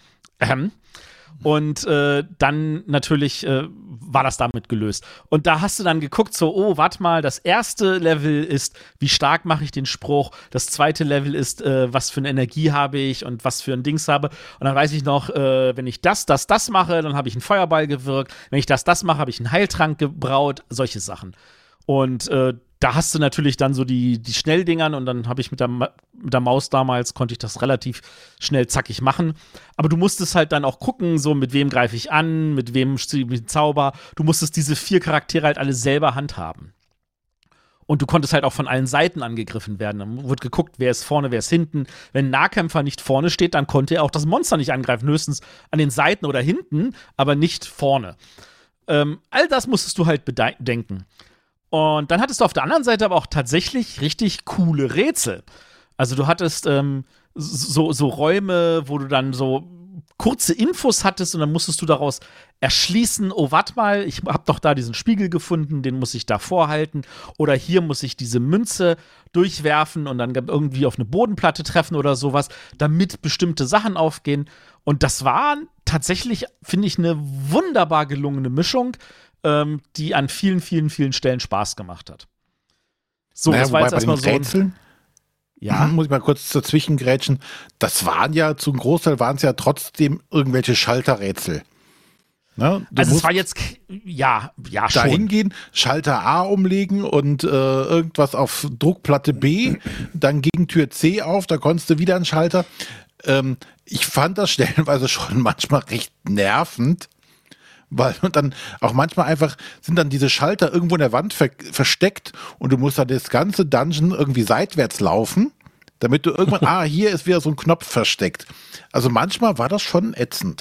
Und dann natürlich war das damit gelöst. Und da hast du dann geguckt, so, oh, warte mal, das erste Level ist, wie stark mache ich den Spruch. Das zweite Level ist, was für eine Energie habe ich und was für ein Dings habe. Und dann weiß ich noch, wenn ich das mache, dann habe ich einen Feuerball gewirkt. Wenn ich das mache, habe ich einen Heiltrank gebraut. Solche Sachen. Und da hast du natürlich dann so die Schnelldingern und dann habe ich mit der Maus damals, konnte ich das relativ schnell zackig machen. Aber du musstest halt dann auch gucken, so mit wem greife ich an, mit wem mit Zauber. Du musstest diese 4 Charaktere halt alle selber handhaben. Und du konntest halt auch von allen Seiten angegriffen werden. Dann wird geguckt, wer ist vorne, wer ist hinten. Wenn ein Nahkämpfer nicht vorne steht, dann konnte er auch das Monster nicht angreifen. Höchstens an den Seiten oder hinten, aber nicht vorne. All das musstest du halt bedenken. Und dann hattest du auf der anderen Seite aber auch tatsächlich richtig coole Rätsel. Also du hattest so Räume, wo du dann so kurze Infos hattest und dann musstest du daraus erschließen, oh, warte mal, ich habe doch da diesen Spiegel gefunden, den muss ich da vorhalten. Oder hier muss ich diese Münze durchwerfen und dann irgendwie auf eine Bodenplatte treffen oder sowas, damit bestimmte Sachen aufgehen. Und das war tatsächlich, finde ich, eine wunderbar gelungene Mischung, die an vielen, vielen, vielen Stellen Spaß gemacht hat. So, das war jetzt erstmal so. Rätseln, muss ich mal kurz dazwischen grätschen. Das waren ja, zum Großteil waren es ja trotzdem irgendwelche Schalterrätsel. Ne? Also es war jetzt, ja da schon. hingehen, Schalter A umlegen und irgendwas auf Druckplatte B, dann ging Tür C auf, da konntest du wieder einen Schalter. Ich fand das stellenweise schon manchmal recht nervend, weil und dann auch manchmal einfach sind dann diese Schalter irgendwo in der Wand versteckt und du musst dann das ganze Dungeon irgendwie seitwärts laufen, Damit du irgendwann, hier ist wieder so ein Knopf versteckt. Also manchmal war das schon ätzend.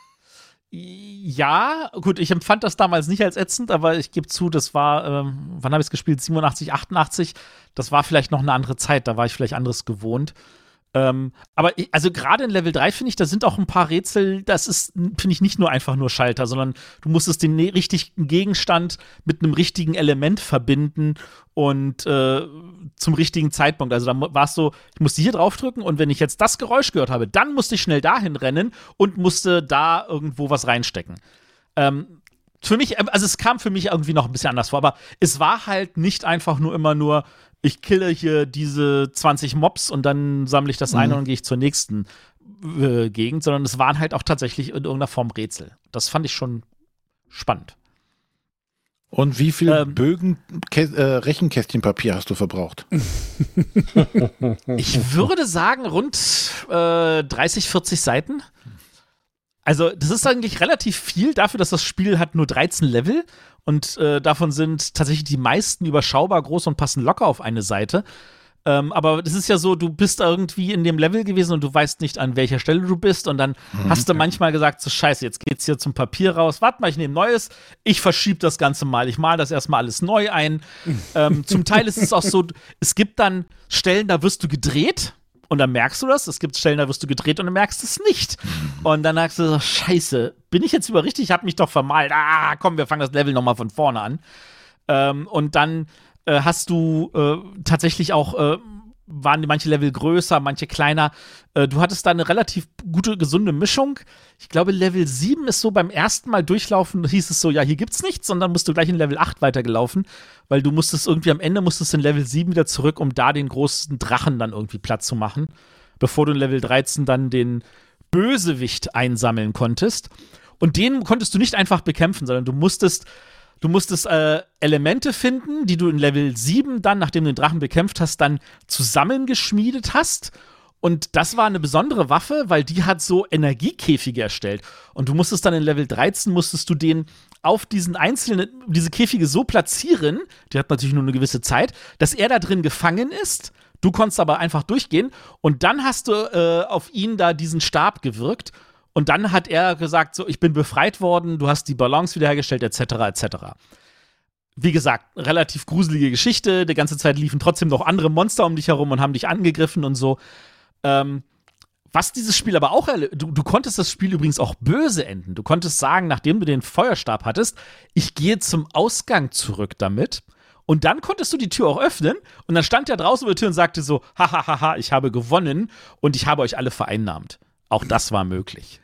Ja, gut, ich empfand das damals nicht als ätzend, aber ich gebe zu, das war, wann habe ich es gespielt? 87, 88. Das war vielleicht noch eine andere Zeit, da war ich vielleicht anderes gewohnt. Aber also gerade in Level 3 finde ich, da sind auch ein paar Rätsel, das ist, finde ich, nicht nur einfach nur Schalter, sondern du musstest den richtigen Gegenstand mit einem richtigen Element verbinden und zum richtigen Zeitpunkt. Also da war es so, ich musste hier draufdrücken und wenn ich jetzt das Geräusch gehört habe, dann musste ich schnell dahin rennen und musste da irgendwo was reinstecken. Für mich, also es kam für mich irgendwie noch ein bisschen anders vor, aber es war halt nicht einfach nur immer nur, ich kille hier diese 20 Mobs und dann sammle ich das ein und gehe ich zur nächsten Gegend, sondern es waren halt auch tatsächlich in irgendeiner Form Rätsel. Das fand ich schon spannend. Und wie viel Bögen Rechenkästchenpapier hast du verbraucht? Ich würde sagen, rund 30, 40 Seiten. Also, das ist eigentlich relativ viel dafür, dass das Spiel hat nur 13 Level und davon sind tatsächlich die meisten überschaubar groß und passen locker auf eine Seite. Aber das ist ja so, du bist irgendwie in dem Level gewesen und du weißt nicht, an welcher Stelle du bist und dann hast du manchmal gesagt, so scheiße, jetzt geht's hier zum Papier raus, warte mal, ich nehme Neues, ich verschiebe das Ganze mal, ich male das erstmal alles neu ein. Zum Teil ist es auch so, es gibt dann Stellen, da wirst du gedreht und dann merkst du das, es gibt Stellen, da wirst du gedreht und dann merkst du es nicht. Und dann sagst du so, scheiße, bin ich jetzt richtig? Ich hab mich doch vermalt. Komm, wir fangen das Level nochmal von vorne an. Und dann hast du tatsächlich auch, waren manche Level größer, manche kleiner. Du hattest da eine relativ gute, gesunde Mischung. Ich glaube, Level 7 ist so beim ersten Mal durchlaufen, hieß es so, ja, hier gibt's nichts, und dann musst du gleich in Level 8 weitergelaufen, weil du musstest irgendwie am Ende in Level 7 wieder zurück, um da den großen Drachen dann irgendwie platt zu machen, bevor du in Level 13 dann den Bösewicht einsammeln konntest. Und den konntest du nicht einfach bekämpfen, sondern du musstest Elemente finden, die du in Level 7 dann, nachdem du den Drachen bekämpft hast, dann zusammengeschmiedet hast. Und das war eine besondere Waffe, weil die hat so Energiekäfige erstellt. Und du musstest dann in Level 13, musstest du den auf diese Käfige so platzieren, die hat natürlich nur eine gewisse Zeit, dass er da drin gefangen ist. Du konntest aber einfach durchgehen. Und dann hast du auf ihn da diesen Stab gewirkt. Und dann hat er gesagt, so, ich bin befreit worden, du hast die Balance wiederhergestellt, etc., etc. Wie gesagt, relativ gruselige Geschichte. Die ganze Zeit liefen trotzdem noch andere Monster um dich herum und haben dich angegriffen und so. Was dieses Spiel aber auch, du konntest das Spiel übrigens auch böse enden. Du konntest sagen, nachdem du den Feuerstab hattest, ich gehe zum Ausgang zurück damit. Und dann konntest du die Tür auch öffnen. Und dann stand er draußen über die Tür und sagte so, hahaha, ich habe gewonnen und ich habe euch alle vereinnahmt. Auch das war möglich.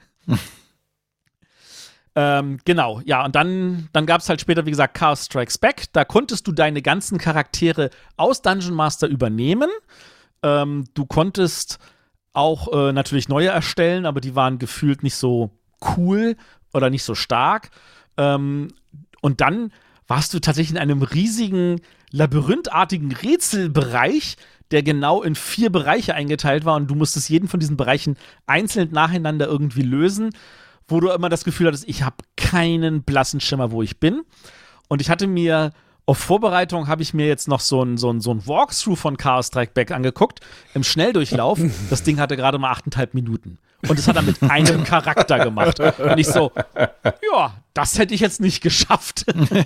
Genau, ja, und dann gab es halt später, wie gesagt, Chaos Strikes Back. Da konntest du deine ganzen Charaktere aus Dungeon Master übernehmen. Du konntest auch natürlich neue erstellen, aber die waren gefühlt nicht so cool oder nicht so stark. Und dann warst du tatsächlich in einem riesigen, labyrinthartigen Rätselbereich, der genau in 4 Bereiche eingeteilt war und du musstest jeden von diesen Bereichen einzeln nacheinander irgendwie lösen, wo du immer das Gefühl hattest, ich habe keinen blassen Schimmer, wo ich bin. Und ich hatte mir auf Vorbereitung habe ich mir jetzt noch so ein Walkthrough von Chaos Strike Back angeguckt, im Schnelldurchlauf. Das Ding hatte gerade mal 8,5 Minuten. Und das hat er mit einem Charakter gemacht. Und ich so, ja, das hätte ich jetzt nicht geschafft.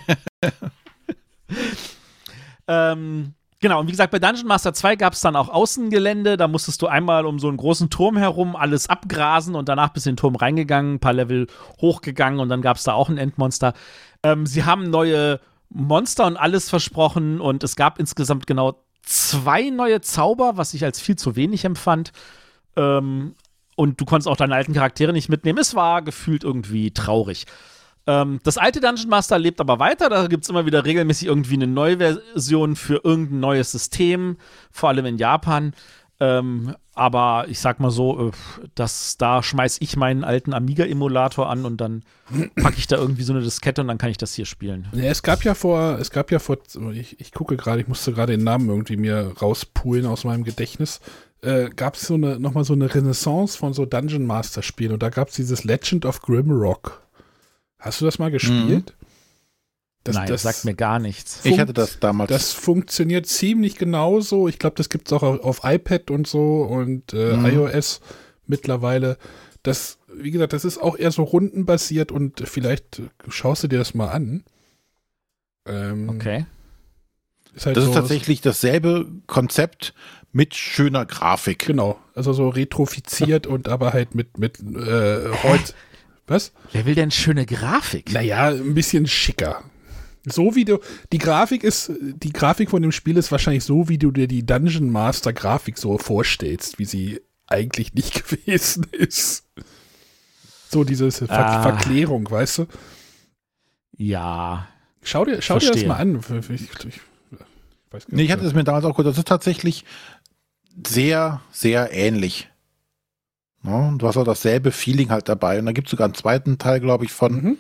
Genau, und wie gesagt, bei Dungeon Master 2 gab es dann auch Außengelände, da musstest du einmal um so einen großen Turm herum alles abgrasen und danach bist du in den Turm reingegangen, ein paar Level hochgegangen und dann gab es da auch ein Endmonster. Sie haben neue Monster und alles versprochen und es gab insgesamt genau 2 neue Zauber, was ich als viel zu wenig empfand. Und du konntest auch deine alten Charaktere nicht mitnehmen. Es war gefühlt irgendwie traurig. Das alte Dungeon Master lebt aber weiter, da gibt es immer wieder regelmäßig irgendwie eine neue Version für irgendein neues System, vor allem in Japan. Aber ich sag mal so, da schmeiß ich meinen alten Amiga-Emulator an und dann packe ich da irgendwie so eine Diskette und dann kann ich das hier spielen. Ja, es gab ja vor, ich gucke gerade, ich musste gerade den Namen irgendwie mir rauspulen aus meinem Gedächtnis. Gab es nochmal so eine Renaissance von so Dungeon Master Spielen und da gab es dieses Legend of Grimrock. Hast du das mal gespielt? Nein, das sagt mir gar nichts. Ich hatte das damals. Das funktioniert ziemlich genauso. Ich glaube, das gibt es auch auf iPad und so und iOS mittlerweile. Das, wie gesagt, das ist auch eher so rundenbasiert und vielleicht schaust du dir das mal an. Okay. Halt das so ist tatsächlich dasselbe Konzept mit schöner Grafik. Genau, also so retrofiziert und aber halt mit heute. Was? Wer will denn schöne Grafik? Naja, ein bisschen schicker. So wie die Grafik von dem Spiel ist wahrscheinlich so, wie du dir die Dungeon Master Grafik so vorstellst, wie sie eigentlich nicht gewesen ist. So diese Verklärung, weißt du? Ja. Schau dir das mal an. Ich weiß Nee, ich hatte es mir damals auch gut. Das ist tatsächlich sehr, sehr ähnlich. Ja, und du hast auch dasselbe Feeling halt dabei. Und da gibt es sogar einen zweiten Teil, glaube ich, von. Mhm.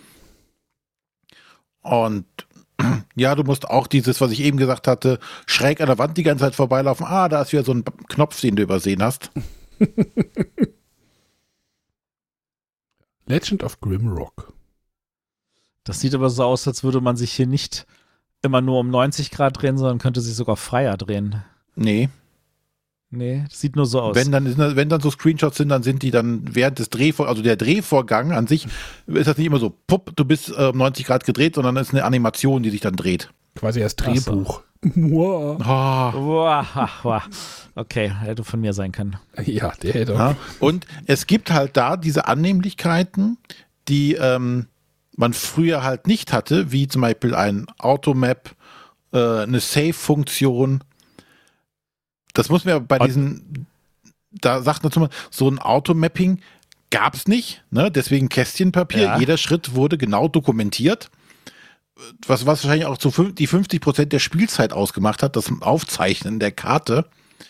Und ja, du musst auch dieses, was ich eben gesagt hatte, schräg an der Wand die ganze Zeit vorbeilaufen. Ah, da ist wieder so ein Knopf, den du übersehen hast. Legend of Grimrock. Das sieht aber so aus, als würde man sich hier nicht immer nur um 90 Grad drehen, sondern könnte sich sogar freier drehen. Nee. Nee, das sieht nur so aus. Wenn dann so Screenshots sind, dann sind die dann während des also der Drehvorgang an sich, ist das nicht immer so, pupp, du bist 90 Grad gedreht, sondern das ist eine Animation, die sich dann dreht. Quasi als Drehbuch. Okay, hätte von mir sein können. Ja, der hätte auch. Ja, und es gibt halt da diese Annehmlichkeiten, die man früher halt nicht hatte, wie zum Beispiel ein Automap, eine Save-Funktion. Das muss mir bei diesen, da sagt man zum Beispiel, so ein Automapping gab es nicht, ne? Deswegen Kästchenpapier, Ja. Jeder Schritt wurde genau dokumentiert, was wahrscheinlich auch die 50% der Spielzeit ausgemacht hat, das Aufzeichnen der Karte.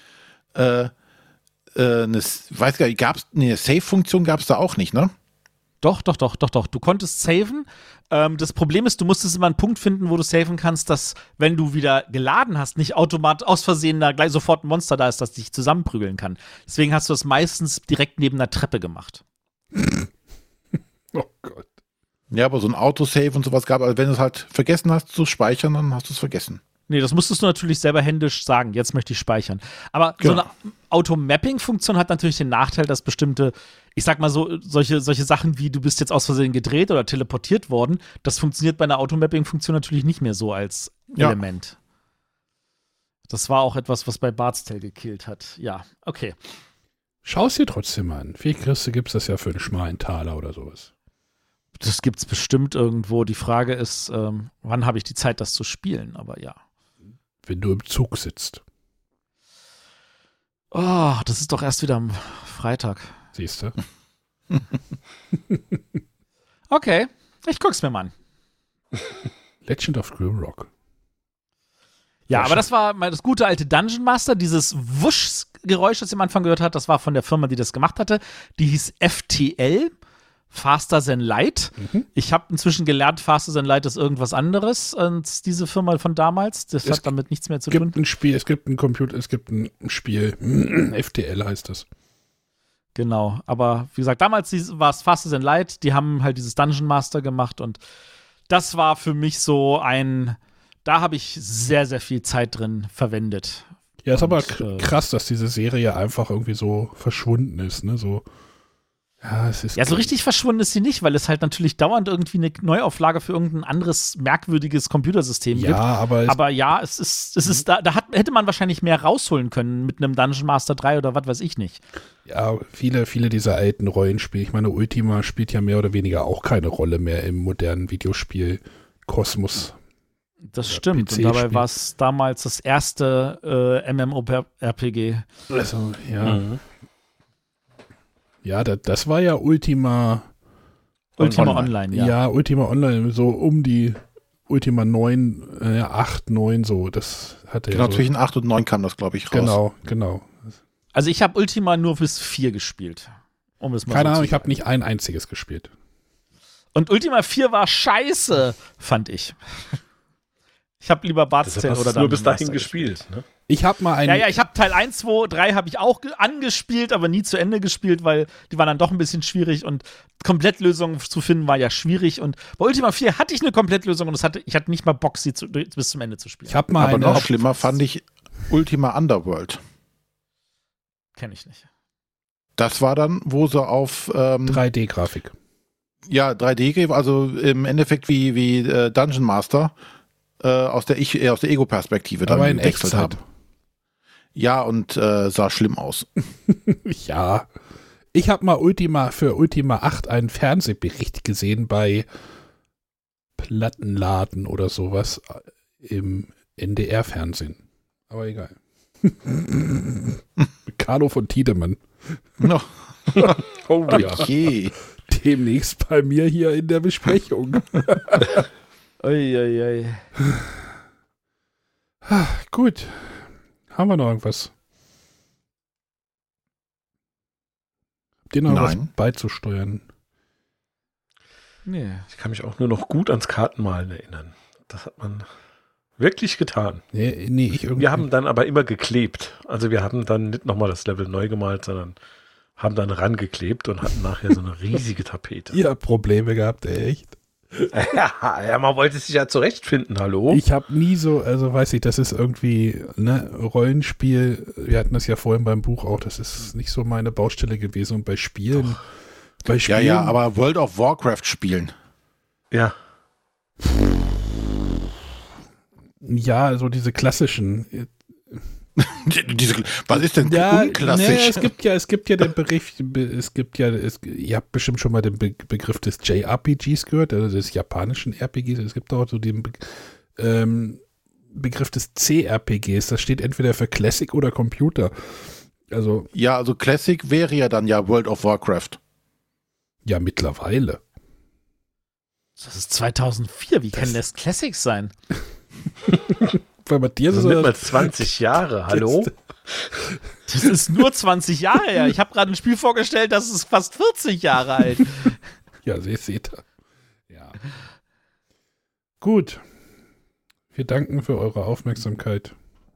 Weiß gar nicht, eine Save-Funktion gab es da auch nicht, ne? Doch. Du konntest saven. Das Problem ist, du musstest immer einen Punkt finden, wo du saven kannst, dass, wenn du wieder geladen hast, nicht automatisch aus Versehen da gleich sofort ein Monster da ist, das dich zusammenprügeln kann. Deswegen hast du das meistens direkt neben einer Treppe gemacht. Oh Gott. Ja, aber so ein Autosave und sowas gab, also wenn du es halt vergessen hast zu speichern, dann hast du es vergessen. Nee, das musstest du natürlich selber händisch sagen, jetzt möchte ich speichern. Aber Genau. so eine Automapping-Funktion hat natürlich den Nachteil, dass bestimmte, ich sag mal so, solche Sachen wie du bist jetzt aus Versehen gedreht oder teleportiert worden, das funktioniert bei einer Automapping-Funktion natürlich nicht mehr so als Ja. Element. Das war auch etwas, was bei Bard's Tale gekillt hat. Ja, okay. Schau es dir trotzdem an. Vielleicht gibt es das ja für einen schmalen Taler oder sowas. Das gibt's bestimmt irgendwo. Die Frage ist, wann habe ich die Zeit, das zu spielen? Aber ja. Wenn du im Zug sitzt. Oh, das ist doch erst wieder am Freitag. Siehst du? Okay, ich guck's mir mal an. Legend of Grimrock. Ja, Sehr aber das war mal das gute alte Dungeon Master. Dieses Wusch-Geräusch, das ihr am Anfang gehört habt, das war von der Firma, die das gemacht hatte. Die hieß FTL, Faster Than Light. Ich habe inzwischen gelernt, Faster Than Light ist irgendwas anderes als diese Firma von damals. Das hat damit nichts mehr zu tun. Es gibt ein Spiel. FTL heißt das. Genau, aber wie gesagt, damals war es Faster Than Light. Die haben halt dieses Dungeon Master gemacht und das war für mich so da habe ich sehr, sehr viel Zeit drin verwendet. Ja, ist aber Und, krass, dass diese Serie einfach irgendwie so verschwunden ist, ne? So, ja, es ist. Ja, so richtig verschwunden ist sie nicht, weil es halt natürlich dauernd irgendwie eine Neuauflage für irgendein anderes merkwürdiges Computersystem gibt. Aber ja, es ist da hätte man wahrscheinlich mehr rausholen können mit einem Dungeon Master 3 oder was weiß ich nicht. Ja, viele dieser alten Rollenspiele. Ich meine, Ultima spielt ja mehr oder weniger auch keine Rolle mehr im modernen Videospiel-Kosmos. Das stimmt. Und dabei war es damals das erste MMORPG. Also, ja. Ja, das war ja Ultima Online, ja. Ja, Ultima Online, so um die Ultima 9, 8, 9, so. Das hatte Genau, ja so. zwischen 8 und 9 kam das, glaube ich, raus. Genau. Also ich habe Ultima nur bis 4 gespielt. Um es mal Keine so Ahnung, zu ich habe sagen. nicht ein einziges gespielt. Und Ultima 4 war scheiße, fand ich. Ich habe lieber Das Bart's Tale hast oder du nur bis dahin Dungeon Master gespielt, ne? Ich habe mal einen. Ja, ich habe Teil 1, 2, 3 habe ich auch angespielt, aber nie zu Ende gespielt, weil die waren dann doch ein bisschen schwierig und Komplettlösungen zu finden war ja schwierig. Und bei Ultima 4 hatte ich eine Komplettlösung und ich hatte nicht mal Bock, sie bis zum Ende zu spielen. Ich habe mal Aber eine. noch schlimmer fand ich Ultima Underworld. Kenn ich nicht. Das war dann, wo sie auf 3D-Grafik. ja, 3D, also im Endeffekt wie Dungeon Master aus der Ego-Perspektive dann Aber in gewechselt Echtzeit. haben. Ja, und sah schlimm aus. Ja. Ich habe mal für Ultima 8 einen Fernsehbericht gesehen bei Plattenladen oder sowas im NDR-Fernsehen. Aber egal. Carlo von Tiedemann. No. Oh ja. Okay. Demnächst bei mir hier in der Besprechung. Uiuiui. Gut. Haben wir noch irgendwas? Habt ihr noch was Nein. beizusteuern? Nee. Ich kann mich auch nur noch gut ans Kartenmalen erinnern. Das hat man wirklich getan. Nee, ich irgendwie. Wir haben dann aber immer geklebt. Also wir haben dann nicht nochmal das Level neu gemalt, sondern haben dann rangeklebt und hatten nachher so eine riesige Tapete. Ihr habt Probleme gehabt, echt. Ja, man wollte sich ja zurechtfinden, hallo? Ich habe nie so, also weiß ich, das ist irgendwie, ne, Rollenspiel, wir hatten das ja vorhin beim Buch auch, das ist nicht so meine Baustelle gewesen. Und bei Spielen, Ja, aber World of Warcraft spielen. Ja. Ja, so diese klassischen. Was ist denn unklassisch? Es gibt ja den Begriff, ihr habt bestimmt schon mal den Begriff des JRPGs gehört, also des japanischen RPGs. Es gibt auch so den Begriff des CRPGs, das steht entweder für Classic oder Computer. Also. Ja, also Classic wäre ja dann ja World of Warcraft. Ja, mittlerweile. Das ist 2004. Wie kann das Classic sein? Bei Matthias Das ist sind nicht mal 20 Jahre, hallo? Das ist nur 20 Jahre her. Ich habe gerade ein Spiel vorgestellt, das ist fast 40 Jahre alt. Ja, seht ihr. Ja. Gut. Wir danken für eure Aufmerksamkeit.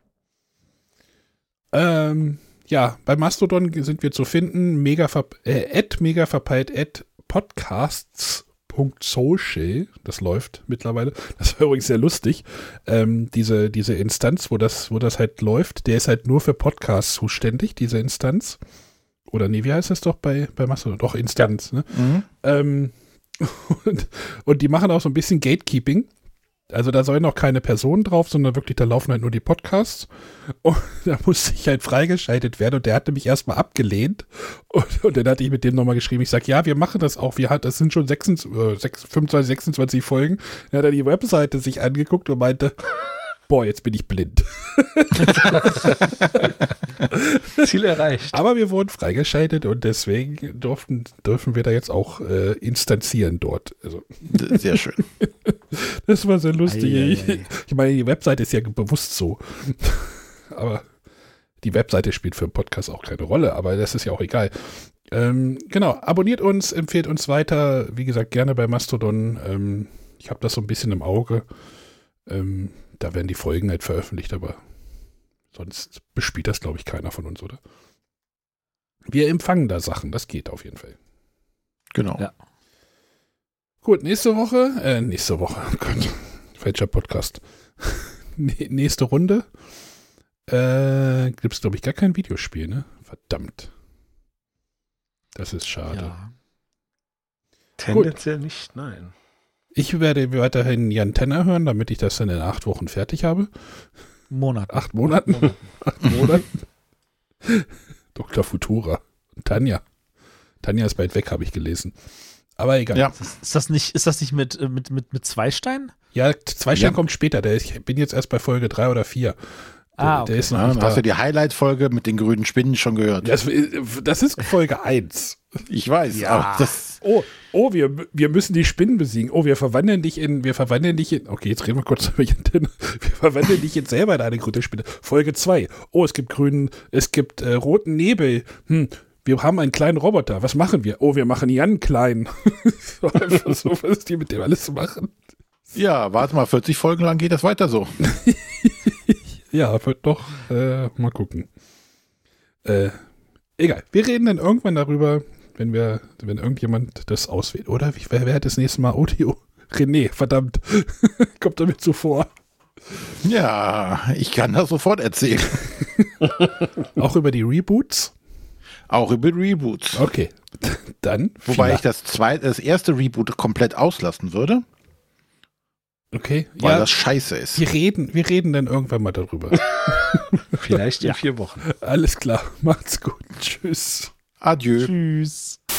Ja, bei Mastodon sind wir zu finden. @megaverpeilt @podcasts.social. Das läuft mittlerweile. Das war übrigens sehr lustig. Diese Instanz, wo das halt läuft, der ist halt nur für Podcasts zuständig, diese Instanz. Oder nee, wie heißt das doch bei Mastodon? Doch, Instanz, ne? Mhm. Und die machen auch so ein bisschen Gatekeeping. Also da sollen auch keine Personen drauf, sondern wirklich, da laufen halt nur die Podcasts. Und da musste ich halt freigeschaltet werden und der hatte mich erstmal abgelehnt. Und dann hatte ich mit dem nochmal geschrieben, ich sag, ja, wir machen das auch. Das sind schon 25, 26 Folgen. Dann hat er die Webseite sich angeguckt und meinte, boah, jetzt bin ich blind. Ziel erreicht. Aber wir wurden freigeschaltet und deswegen dürfen wir da jetzt auch instanzieren dort. Also, Sehr schön. das war sehr lustig. Ei. Ich meine, die Webseite ist ja bewusst so. Aber die Webseite spielt für einen Podcast auch keine Rolle, aber das ist ja auch egal. Genau, abonniert uns, empfehlt uns weiter. Wie gesagt, gerne bei Mastodon. Ich habe das so ein bisschen im Auge. Da werden die Folgen halt veröffentlicht, aber sonst bespielt das, glaube ich, keiner von uns, oder? Wir empfangen da Sachen, das geht auf jeden Fall. Genau. Ja. Gut, nächste Woche, oh Gott, falscher Podcast. Nächste Runde gibt es, glaube ich, gar kein Videospiel, ne? Verdammt. Das ist schade. Ja. Tendenziell nicht, nein. Ich werde weiterhin Jan Tenner hören, damit ich das dann in 8 Wochen fertig habe. Monat. 8 Monaten? 8 Monaten? Dr. Futura. Tanja. Tanja ist bald weg, habe ich gelesen. Aber egal. Ja. Ist das nicht mit Zweistein? Ja, Zweistein Ja. kommt später. Ich bin jetzt erst bei Folge 3 oder 4. Ah, Der okay. ist noch Ja, nicht dann hast da. du die Highlight-Folge mit den grünen Spinnen schon gehört. Das ist Folge 1. Ich weiß. Ja. Aber das, Wir müssen die Spinnen besiegen. Oh, wir verwandeln dich in, okay, jetzt reden wir kurz über Jantin. Wir verwandeln dich jetzt selber in eine grüne Spinne. Folge 2. Oh, es gibt roten Nebel. Wir haben einen kleinen Roboter. Was machen wir? Oh, wir machen Jan klein. So einfach so, was die mit dem alles machen. Ja, warte mal, 40 Folgen lang geht das weiter so. Ja, wird doch mal gucken. Egal, wir reden dann irgendwann darüber, wenn irgendjemand das auswählt, oder? Wer hat das nächste Mal Audio? René, verdammt. Kommt damit zuvor. Ja, ich kann das sofort erzählen. Auch über die Reboots? Auch über Reboots. Okay, dann. Wobei ich das erste Reboot komplett auslassen würde. Okay, weil das scheiße ist. Wir reden dann irgendwann mal darüber. Vielleicht in 4 Wochen. Alles klar, macht's gut. Tschüss. Adieu. Tschüss.